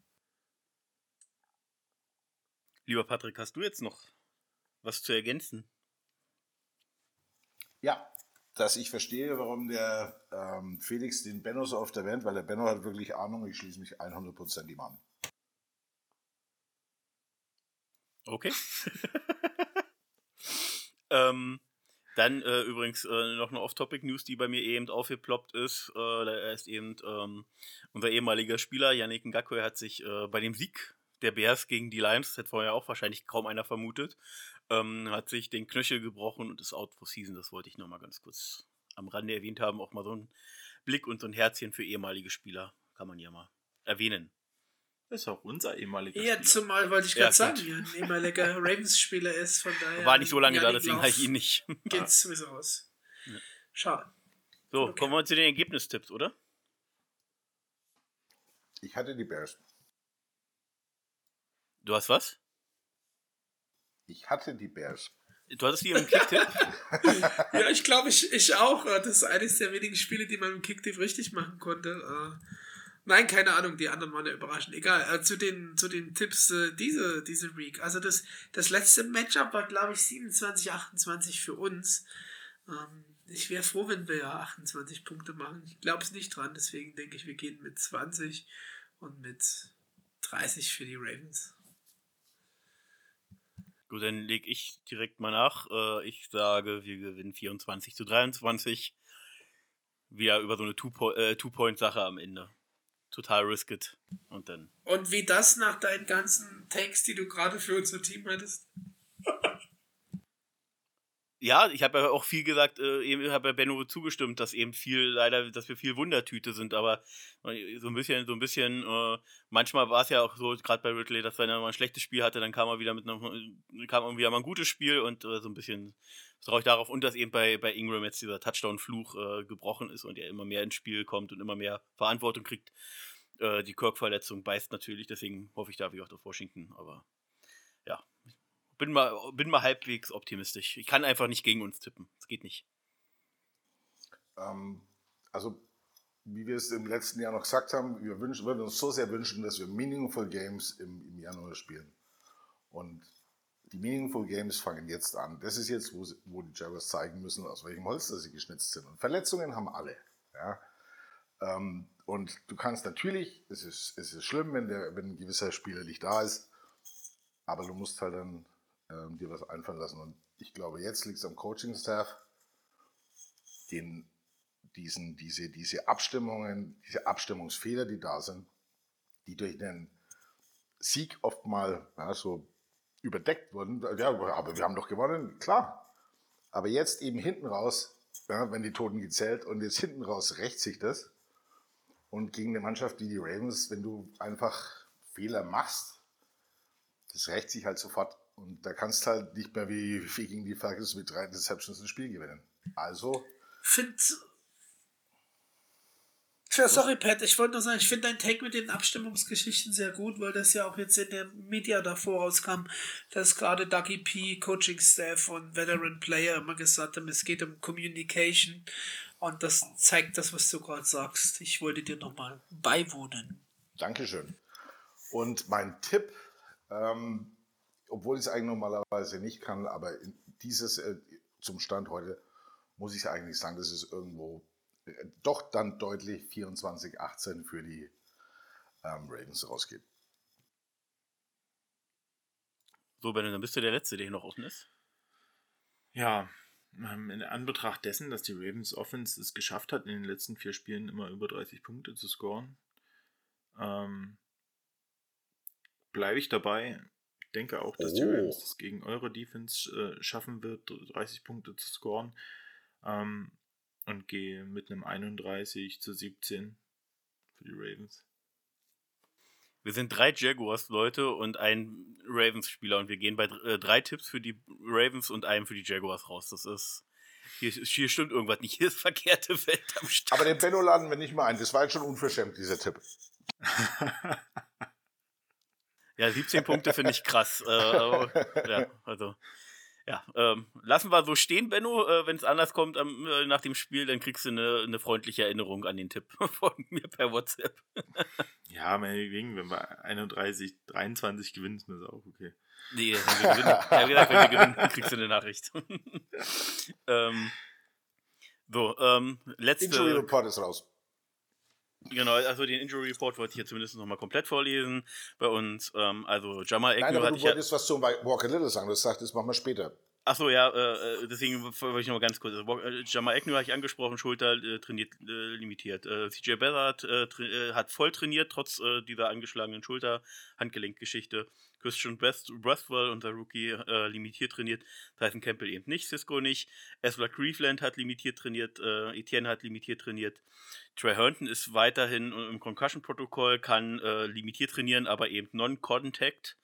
Lieber Patrick, hast du jetzt noch was zu ergänzen?
Ja, dass ich verstehe, warum der Felix den Benno so oft erwähnt, weil der Benno hat wirklich Ahnung, ich schließe mich 100% ihm an.
Okay. Dann übrigens noch eine Off-Topic-News, die bei mir eben aufgeploppt ist. Da ist eben unser ehemaliger Spieler, Yannick Ngakoue, hat sich bei dem Sieg der Bears gegen die Lions, das hätte vorher auch wahrscheinlich kaum einer vermutet, hat sich den Knöchel gebrochen und ist out for season. Das wollte ich nochmal ganz kurz am Rande erwähnt haben. Auch mal so ein Blick und so ein Herzchen für ehemalige Spieler kann man ja mal erwähnen.
Das ist auch unser ehemaliger
Ja,
Spieler.
zumal wollte ich
Ja,
gerade sagen,
gut.
ja, ein ehemaliger Ravens-Spieler ist, von daher.
War nicht so lange da,
Yannick
deswegen
Lauf
habe ich ihn nicht.
Geht sowieso aus.
Ja.
Schade.
So,
Okay.
kommen wir zu den Ergebnistipps, oder?
Ich hatte die Bears.
Du hast was?
Ich hatte die Bears.
Du hattest hier einen Kicktipp?
Ja, ich glaube, ich auch. Das ist eines der wenigen Spiele, die man im Kicktipp richtig machen konnte. Nein, keine Ahnung, die anderen waren ja überraschend. Egal, zu den Tipps diese Week. Also das letzte Matchup war, glaube ich, 27-28 für uns. Ich wäre froh, wenn wir ja 28 Punkte machen. Ich glaube es nicht dran, deswegen denke ich, wir gehen mit 20 und mit 30 für die Ravens.
Gut, dann lege ich direkt mal nach. Ich sage, wir gewinnen 24-23. Wieder über so eine Two-Point-Sache am Ende. Total risked. Und dann.
Und wie das nach deinen ganzen Takes, die du gerade für unser Team hattest?
Ja, ich habe ja auch viel gesagt, eben habe ja Benno zugestimmt, dass eben dass wir viel Wundertüte sind, aber so ein bisschen, manchmal war es ja auch so, gerade bei Ridley, dass wenn er mal ein schlechtes Spiel hatte, dann kam er wieder kam wieder mal ein gutes Spiel und so ein bisschen traue ich darauf und dass eben bei Ingram jetzt dieser Touchdown-Fluch gebrochen ist und er immer mehr ins Spiel kommt und immer mehr Verantwortung kriegt. Die Kirk-Verletzung beißt natürlich, deswegen hoffe ich da wie auch auf Washington, aber ja. Bin mal halbwegs optimistisch. Ich kann einfach nicht gegen uns tippen. Das geht nicht.
Also, wie wir es im letzten Jahr noch gesagt haben, wir würden uns so sehr wünschen, dass wir Meaningful Games im Januar spielen. Und die Meaningful Games fangen jetzt an. Das ist jetzt, wo die Jaguars zeigen müssen, aus welchem Holster sie geschnitzt sind. Und Verletzungen haben alle. Ja? Und du kannst natürlich, es ist schlimm, wenn ein gewisser Spieler nicht da ist, aber du musst halt dann dir was einfallen lassen. Und ich glaube, jetzt liegt es am Coaching-Staff, diese Abstimmungen, diese Abstimmungsfehler, die da sind, die durch den Sieg oft mal so überdeckt wurden. Ja, aber wir haben doch gewonnen, klar. Aber jetzt eben hinten raus, wenn die Toten gezählt und jetzt hinten raus rächt sich das. Und gegen eine Mannschaft wie die Ravens, wenn du einfach Fehler machst, das rächt sich halt sofort. Und da kannst du halt nicht mehr wie gegen die Falcons mit 3 Interceptions ein Spiel gewinnen. Also.
Sorry, Pat, ich wollte nur sagen, ich finde dein Take mit den Abstimmungsgeschichten sehr gut, weil das ja auch jetzt in der Media davor rauskam, dass gerade Dougie P, Coaching Staff und Veteran Player immer gesagt haben, es geht um Communication. Und das zeigt das, was du gerade sagst. Ich wollte dir nochmal beiwohnen.
Dankeschön. Und mein Tipp, obwohl ich es eigentlich normalerweise nicht kann, aber zum Stand heute muss ich eigentlich sagen, dass es irgendwo doch dann deutlich 24-18 für die Ravens rausgeht.
So, Benno, dann bist du der Letzte, der hier noch offen ist.
Ja, in Anbetracht dessen, dass die Ravens Offense es geschafft hat, in den letzten 4 Spielen immer über 30 Punkte zu scoren, bleibe ich dabei. Ich denke auch, dass die Ravens das gegen eure Defense schaffen wird, 30 Punkte zu scoren. Und gehe mit einem 31-17 für die Ravens.
Wir sind 3 Jaguars-Leute und ein Ravens-Spieler und wir gehen bei 3 Tipps für die Ravens und einem für die Jaguars raus. Das ist, hier stimmt irgendwas nicht, hier ist verkehrte Welt am Start.
Aber den Benno laden wir nicht mal ein, das war jetzt schon unverschämt, dieser Tipp.
Ja, 17 Punkte finde ich krass. Lassen wir so stehen, Benno. Wenn es anders kommt nach dem Spiel, dann kriegst du eine freundliche Erinnerung an den Tipp von mir per WhatsApp.
Ja, meinetwegen, wenn wir 31-23 gewinnen, ist das auch okay.
Nee, wenn wir gewinnen. Ich habe gesagt, wenn wir gewinnen, kriegst du eine Nachricht. Letzte...
Injury Report ist raus.
Genau, also den Injury Report wollte ich hier zumindest nochmal komplett vorlesen bei uns. Also Jamal Agnew
Nein, aber
hatte
du wolltest was zum Walker Little sagen, das sagt, das machen wir später.
Achso, ja, deswegen wollte ich noch mal ganz kurz. Jamal Agnew habe ich angesprochen, Schulter trainiert limitiert. CJ Beathard hat voll trainiert, trotz dieser angeschlagenen Schulter, Handgelenkgeschichte. Christian Brethwell, unser Rookie, limitiert trainiert. Tyson Campbell eben nicht, Cisco nicht. Ezra Cleveland hat limitiert trainiert, Etienne hat limitiert trainiert. Trey Herndon ist weiterhin im Concussion-Protokoll, kann limitiert trainieren, aber eben Non-Contact.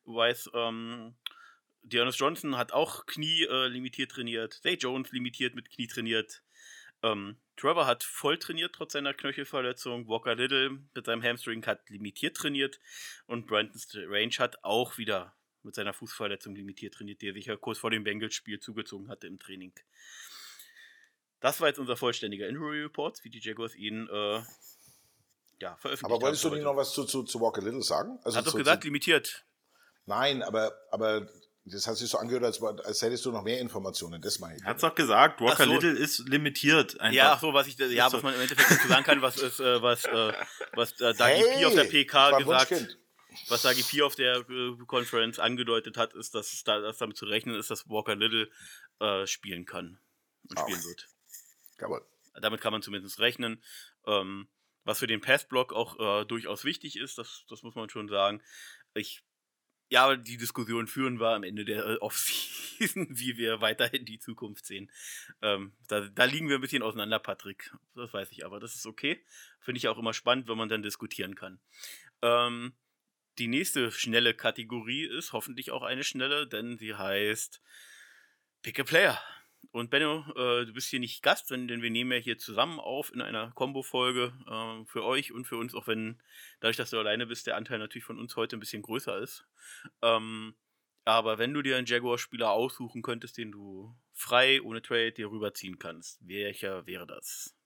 Dearness Johnson hat auch Knie limitiert trainiert. Zay Jones limitiert mit Knie trainiert. Trevor hat voll trainiert, trotz seiner Knöchelverletzung. Walker Little mit seinem Hamstring hat limitiert trainiert. Und Brandon Strange hat auch wieder mit seiner Fußverletzung limitiert trainiert, der sich ja kurz vor dem Bengals-Spiel zugezogen hatte im Training. Das war jetzt unser vollständiger Injury Report, wie die Jaguars ihn veröffentlicht haben.
Aber wolltest du nicht noch was zu Walker Little sagen? Also
hat doch gesagt, limitiert.
Nein, aber das hat sich so angehört, als hättest du noch mehr Informationen. Das meine ich.
Er hat es doch gesagt, Walker Little ist limitiert. Einfach.
Ja, was man im Endeffekt dazu sagen kann, was Dagi P auf der PK gesagt, was Dagi P auf der Conference angedeutet hat, ist, dass damit zu rechnen ist, dass Walker Little spielen kann und spielen wird.
Jawohl.
Damit kann man zumindest rechnen. Was für den Passblock auch durchaus wichtig ist, das muss man schon sagen. Aber die Diskussion führen wir am Ende der Offseason, wie wir weiterhin die Zukunft sehen. Da liegen wir ein bisschen auseinander, Patrick. Das weiß ich, aber das ist okay. Finde ich auch immer spannend, wenn man dann diskutieren kann. Die nächste schnelle Kategorie ist hoffentlich auch eine schnelle, denn sie heißt Pick a Player. Und Benno, du bist hier nicht Gast, denn wir nehmen ja hier zusammen auf in einer Kombo-Folge für euch und für uns, auch wenn, dadurch, dass du alleine bist, der Anteil natürlich von uns heute ein bisschen größer ist. Aber wenn du dir einen Jaguar-Spieler aussuchen könntest, den du frei, ohne Trade, dir rüberziehen kannst, welcher wäre das?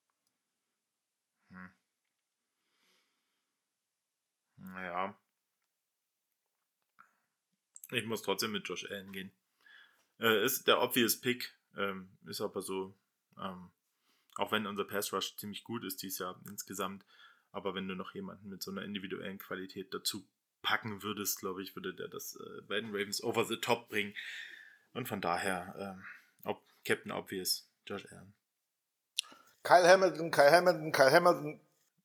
Naja. Ich muss trotzdem mit Josh Allen gehen. Ist der obvious Pick, ist aber so, auch wenn unser Pass Rush ziemlich gut ist dieses Jahr insgesamt, aber wenn du noch jemanden mit so einer individuellen Qualität dazu packen würdest, glaube ich, würde der das bei den Ravens over the top bringen. Und von daher, Captain Obvious, Josh Allen.
Kyle Hamilton.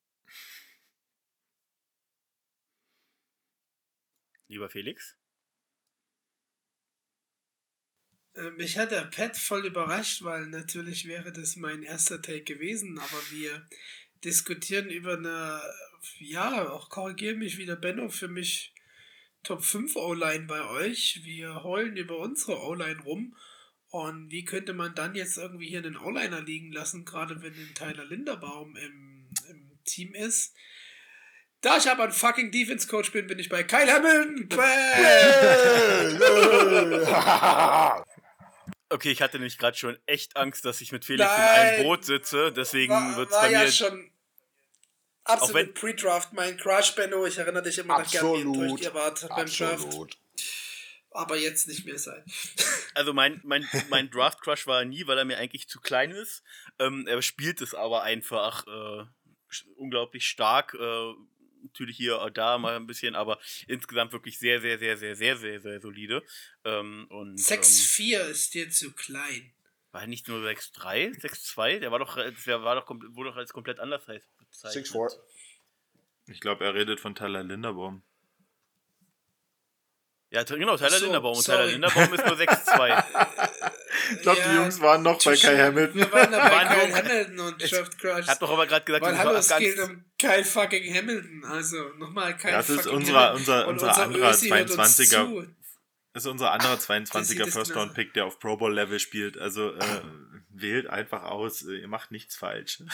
Lieber Felix?
Mich hat der Pat voll überrascht, weil natürlich wäre das mein erster Take gewesen, aber wir diskutieren über auch korrigiere mich wieder, Benno, für mich Top 5 O-Line bei euch. Wir heulen über unsere O-Line rum und wie könnte man dann jetzt irgendwie hier einen O-Liner liegen lassen, gerade wenn ein Tyler Linderbaum im Team ist. Da ich aber ein fucking Defense-Coach bin ich bei Kyle Hamilton.
Okay, ich hatte nämlich gerade schon echt Angst, dass ich mit Felix in einem Boot sitze, deswegen wird es bei mir...
Ja schon absolut Pre-Draft mein Crush, Benno. Ich erinnere dich immer noch gerne, wie enttäuscht ihr wart beim Draft. Aber jetzt nicht mehr sein.
Also mein Draft-Crush war nie, weil er mir eigentlich zu klein ist. Er spielt es aber einfach unglaublich stark. Natürlich hier oder da mal ein bisschen, aber insgesamt wirklich sehr, sehr, sehr, sehr, sehr, sehr, sehr solide.
6'4 ist dir zu klein.
War er nicht nur 6'3, 6'2? Wurde doch als komplett anders bezeichnet.
6'4.
Ich glaube, er redet von Tyler Linderbaum.
Ja, genau, Tyler Linderbaum. Und Tyler Linderbaum ist nur 6'2.
Ich glaube, die Jungs waren noch bei Kyle Hamilton.
Wir waren da bei Kyle Hamilton und Draft Crush.
Hat doch aber gerade gesagt,
hallo, es geht um Kyle fucking Hamilton. Also nochmal Kyle
das ist
fucking
unser
Hamilton.
anderer 22er. Das ist unser anderer 22er First-Round-Pick, der auf Pro Bowl-Level spielt. Also wählt einfach aus, ihr macht nichts falsch.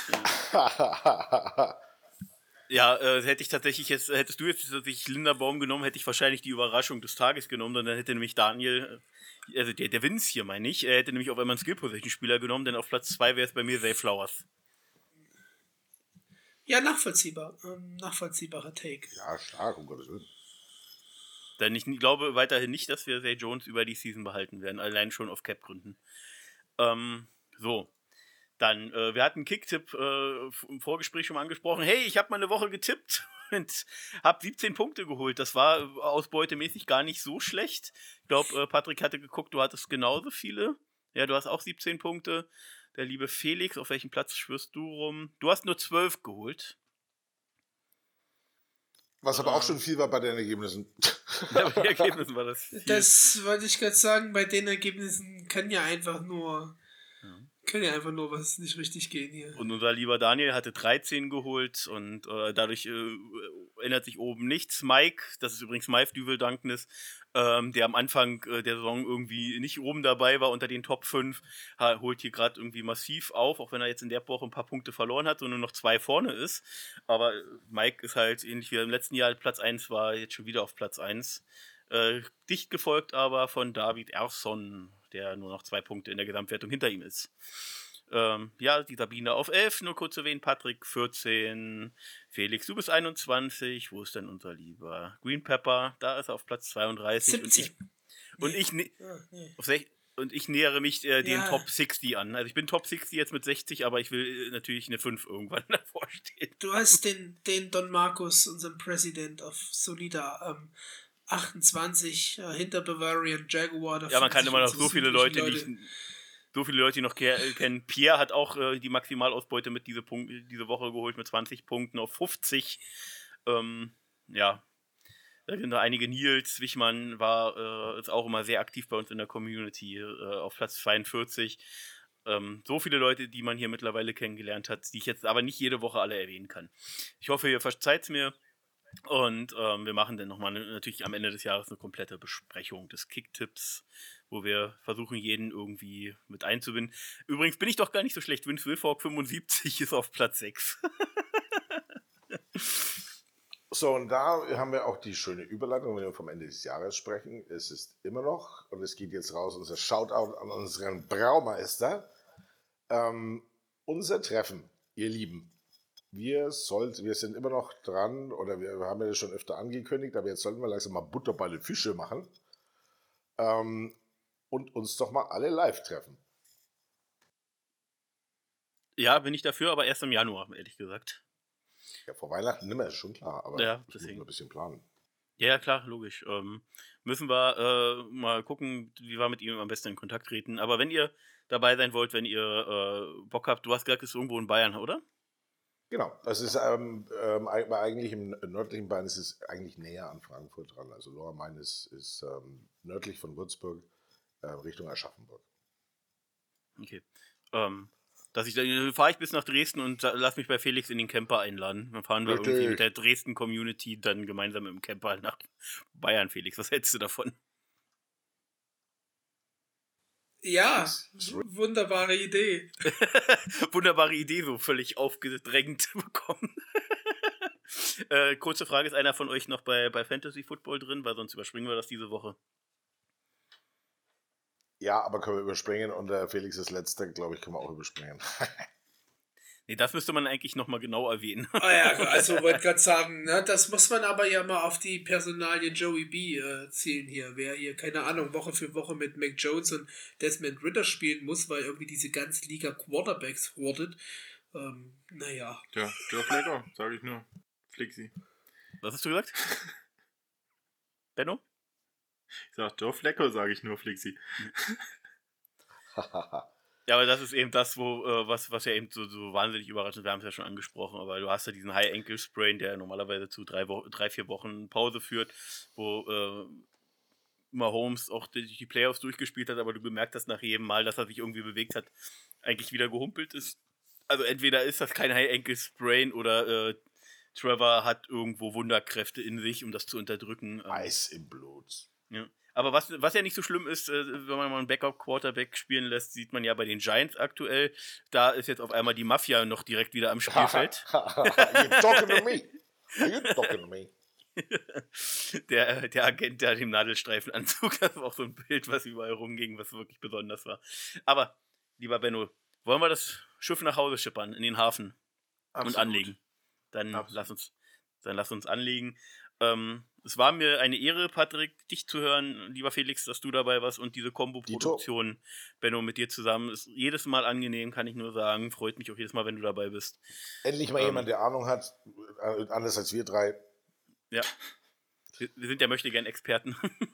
Ja, hättest du jetzt tatsächlich Linderbaum genommen, hätte ich wahrscheinlich die Überraschung des Tages genommen, dann hätte nämlich Daniel, also der Vince hier meine ich, er hätte nämlich auf einmal einen Skill-Position-Spieler genommen, denn auf Platz 2 wäre es bei mir Zay Flowers.
Ja, nachvollziehbar. Nachvollziehbarer Take.
Ja, stark, um Gottes Willen.
Denn ich glaube weiterhin nicht, dass wir Zay Jones über die Season behalten werden, allein schon auf Cap-Gründen. So. Dann, wir hatten einen Kick-Tipp im Vorgespräch schon mal angesprochen. Hey, ich habe mal eine Woche getippt. und habe 17 Punkte geholt. Das war ausbeutemäßig gar nicht so schlecht. Ich glaube, Patrick hatte geguckt, du hattest genauso viele. Ja, du hast auch 17 Punkte. Der liebe Felix, auf welchem Platz schwirrst du rum? Du hast nur 12 geholt.
Was aber auch schon viel war bei den Ergebnissen.
Ja, bei den Ergebnissen war das viel.
Das wollte ich gerade sagen, bei den Ergebnissen kann ja einfach nur was nicht richtig gehen hier.
Und unser lieber Daniel hatte 13 geholt und dadurch ändert sich oben nichts. Mike, das ist übrigens Mike Düvel-Danknis, der am Anfang der Saison irgendwie nicht oben dabei war unter den Top 5, holt hier gerade irgendwie massiv auf, auch wenn er jetzt in der Woche ein paar Punkte verloren hat und nur noch 2 vorne ist. Aber Mike ist halt ähnlich wie im letzten Jahr Platz 1 war, jetzt schon wieder auf Platz 1. Dicht gefolgt aber von David Erson, der nur noch 2 Punkte in der Gesamtwertung hinter ihm ist. Ja, die Sabine auf 11, nur kurz erwähnt, Patrick 14, Felix, du bist 21, wo ist denn unser lieber Green Pepper? Da ist er auf Platz 32
17.
Und ich nähere mich den Top 60 an. Also ich bin Top 60 jetzt mit 60, aber ich will natürlich eine 5 irgendwann davor stehen.
Du hast den Don Markus, unseren President of Solida, 28 hinter Bavarian Jaguar.
Ja, man kann immer noch so viele Leute noch kennen. Pierre hat auch die Maximalausbeute mit diese Woche geholt mit 20 Punkten auf 50. Ja, da sind noch einige. Nils Wichmann ist auch immer sehr aktiv bei uns in der Community auf Platz 42. So viele Leute, die man hier mittlerweile kennengelernt hat, die ich jetzt aber nicht jede Woche alle erwähnen kann. Ich hoffe, ihr verzeiht es mir. Und wir machen dann nochmal natürlich am Ende des Jahres eine komplette Besprechung des Kicktipps, wo wir versuchen, jeden irgendwie mit einzubinden. Übrigens bin ich doch gar nicht so schlecht. Vince Wilfork 75 ist auf Platz 6.
So, und da haben wir auch die schöne Überleitung, wenn wir vom Ende des Jahres sprechen. Es ist immer noch, und es geht jetzt raus, unser Shoutout an unseren Braumeister. Unser Treffen, ihr Lieben. Wir sind immer noch dran, oder wir haben ja das schon öfter angekündigt, aber jetzt sollten wir langsam mal Butter bei den Fische machen und uns doch mal alle live treffen.
Ja, bin ich dafür, aber erst im Januar, ehrlich gesagt.
Ja, vor Weihnachten nimmer, ist schon klar, aber
ja,
das müssen wir ein bisschen planen.
Ja, klar, logisch. Müssen wir mal gucken, wie wir mit ihm am besten in Kontakt treten. Aber wenn ihr dabei sein wollt, wenn ihr Bock habt, du hast gesagt, es ist irgendwo in Bayern, oder?
Genau, das ist eigentlich im nördlichen Bayern, ist es eigentlich näher an Frankfurt dran. Also Lower Main ist nördlich von Würzburg Richtung Aschaffenburg.
Okay. Dann fahre ich bis nach Dresden und lass mich bei Felix in den Camper einladen. Dann fahren wir irgendwie mit der Dresden-Community dann gemeinsam im Camper nach Bayern, Felix. Was hältst du davon?
Ja, wunderbare Idee.
Wunderbare Idee, so völlig aufgedrängt bekommen. Kurze Frage, ist einer von euch noch bei Fantasy Football drin? Weil sonst überspringen wir das diese Woche.
Ja, aber können wir überspringen und Felix ist letzter, glaube ich, können wir auch überspringen.
Nee, das müsste man eigentlich nochmal genau erwähnen.
Ja, also wollte gerade sagen, ne, das muss man aber ja mal auf die Personalie Joey B zielen hier. Wer hier, keine Ahnung, Woche für Woche mit Mac Jones und Desmond Ridder spielen muss, weil irgendwie diese ganze Liga Quarterbacks hortet. Naja.
Ja, Joe Flacco, sage ich nur. Flixi.
Was hast du gesagt? Benno?
Ich sag Joe Flacco, sage ich nur, Flixi.
Ja, aber das ist eben das, was ja eben so wahnsinnig überraschend ist. Wir haben es ja schon angesprochen, aber du hast ja diesen High-Ankle-Sprain, der normalerweise zu 3-4 Wochen Pause führt, wo Mahomes auch die Playoffs durchgespielt hat, aber du gemerkt hast nach jedem Mal, dass er sich irgendwie bewegt hat, eigentlich wieder gehumpelt ist. Also entweder ist das kein High-Ankle-Sprain oder Trevor hat irgendwo Wunderkräfte in sich, um das zu unterdrücken.
Eis im Blut.
Ja. Aber was ja nicht so schlimm ist, wenn man mal einen Backup-Quarterback spielen lässt, sieht man ja bei den Giants aktuell. Da ist jetzt auf einmal die Mafia noch direkt wieder am Spielfeld.
You're talking to me. You're talking to me.
Der Agent, der dem Nadelstreifenanzug, das war auch so ein Bild, was überall rumging, was wirklich besonders war. Aber, lieber Benno, wollen wir das Schiff nach Hause schippern, in den Hafen und anlegen? Dann lass uns anlegen. Es war mir eine Ehre, Patrick, dich zu hören, lieber Felix, dass du dabei warst und diese Kombo-Produktion, Benno, mit dir zusammen. Ist jedes Mal angenehm, kann ich nur sagen. Freut mich auch jedes Mal, wenn du dabei bist.
Endlich mal jemand, der Ahnung hat, anders als wir drei.
Ja, wir sind ja Möchtegern-Experten.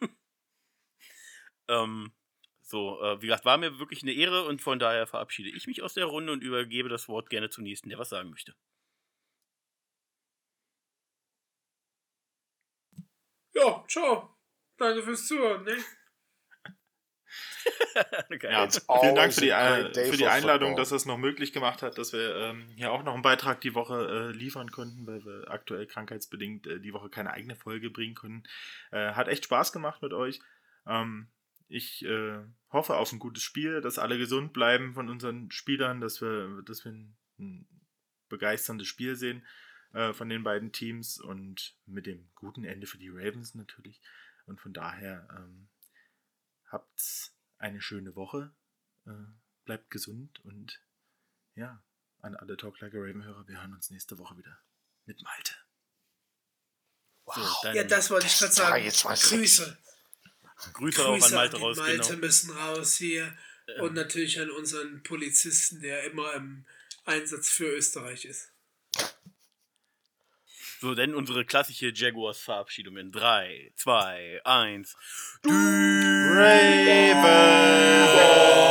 Wie gesagt, war mir wirklich eine Ehre und von daher verabschiede ich mich aus der Runde und übergebe das Wort gerne zum nächsten, der was sagen möchte.
Ja, ciao. Danke fürs Zuhören, ne?
Ja, vielen Dank für die Einladung, dass er es noch möglich gemacht hat, dass wir hier auch noch einen Beitrag die Woche liefern konnten, weil wir aktuell krankheitsbedingt die Woche keine eigene Folge bringen können. Hat echt Spaß gemacht mit euch. Ich hoffe auf ein gutes Spiel, dass alle gesund bleiben von unseren Spielern, dass wir ein begeisterndes Spiel sehen von den beiden Teams und mit dem guten Ende für die Ravens natürlich. Und von daher habt eine schöne Woche, bleibt gesund und ja, an alle Talk Like a Raven-Hörer, wir hören uns nächste Woche wieder mit Malte.
Wow. So, ja, das wollte ich gerade sagen. Grüße
auch an Malte
raus. Malte müssen raus hier. Und natürlich an unseren Polizisten, der immer im Einsatz für Österreich ist.
So, denn unsere klassische Jaguars-Verabschiedung in 3, 2, 1.
Du Raven!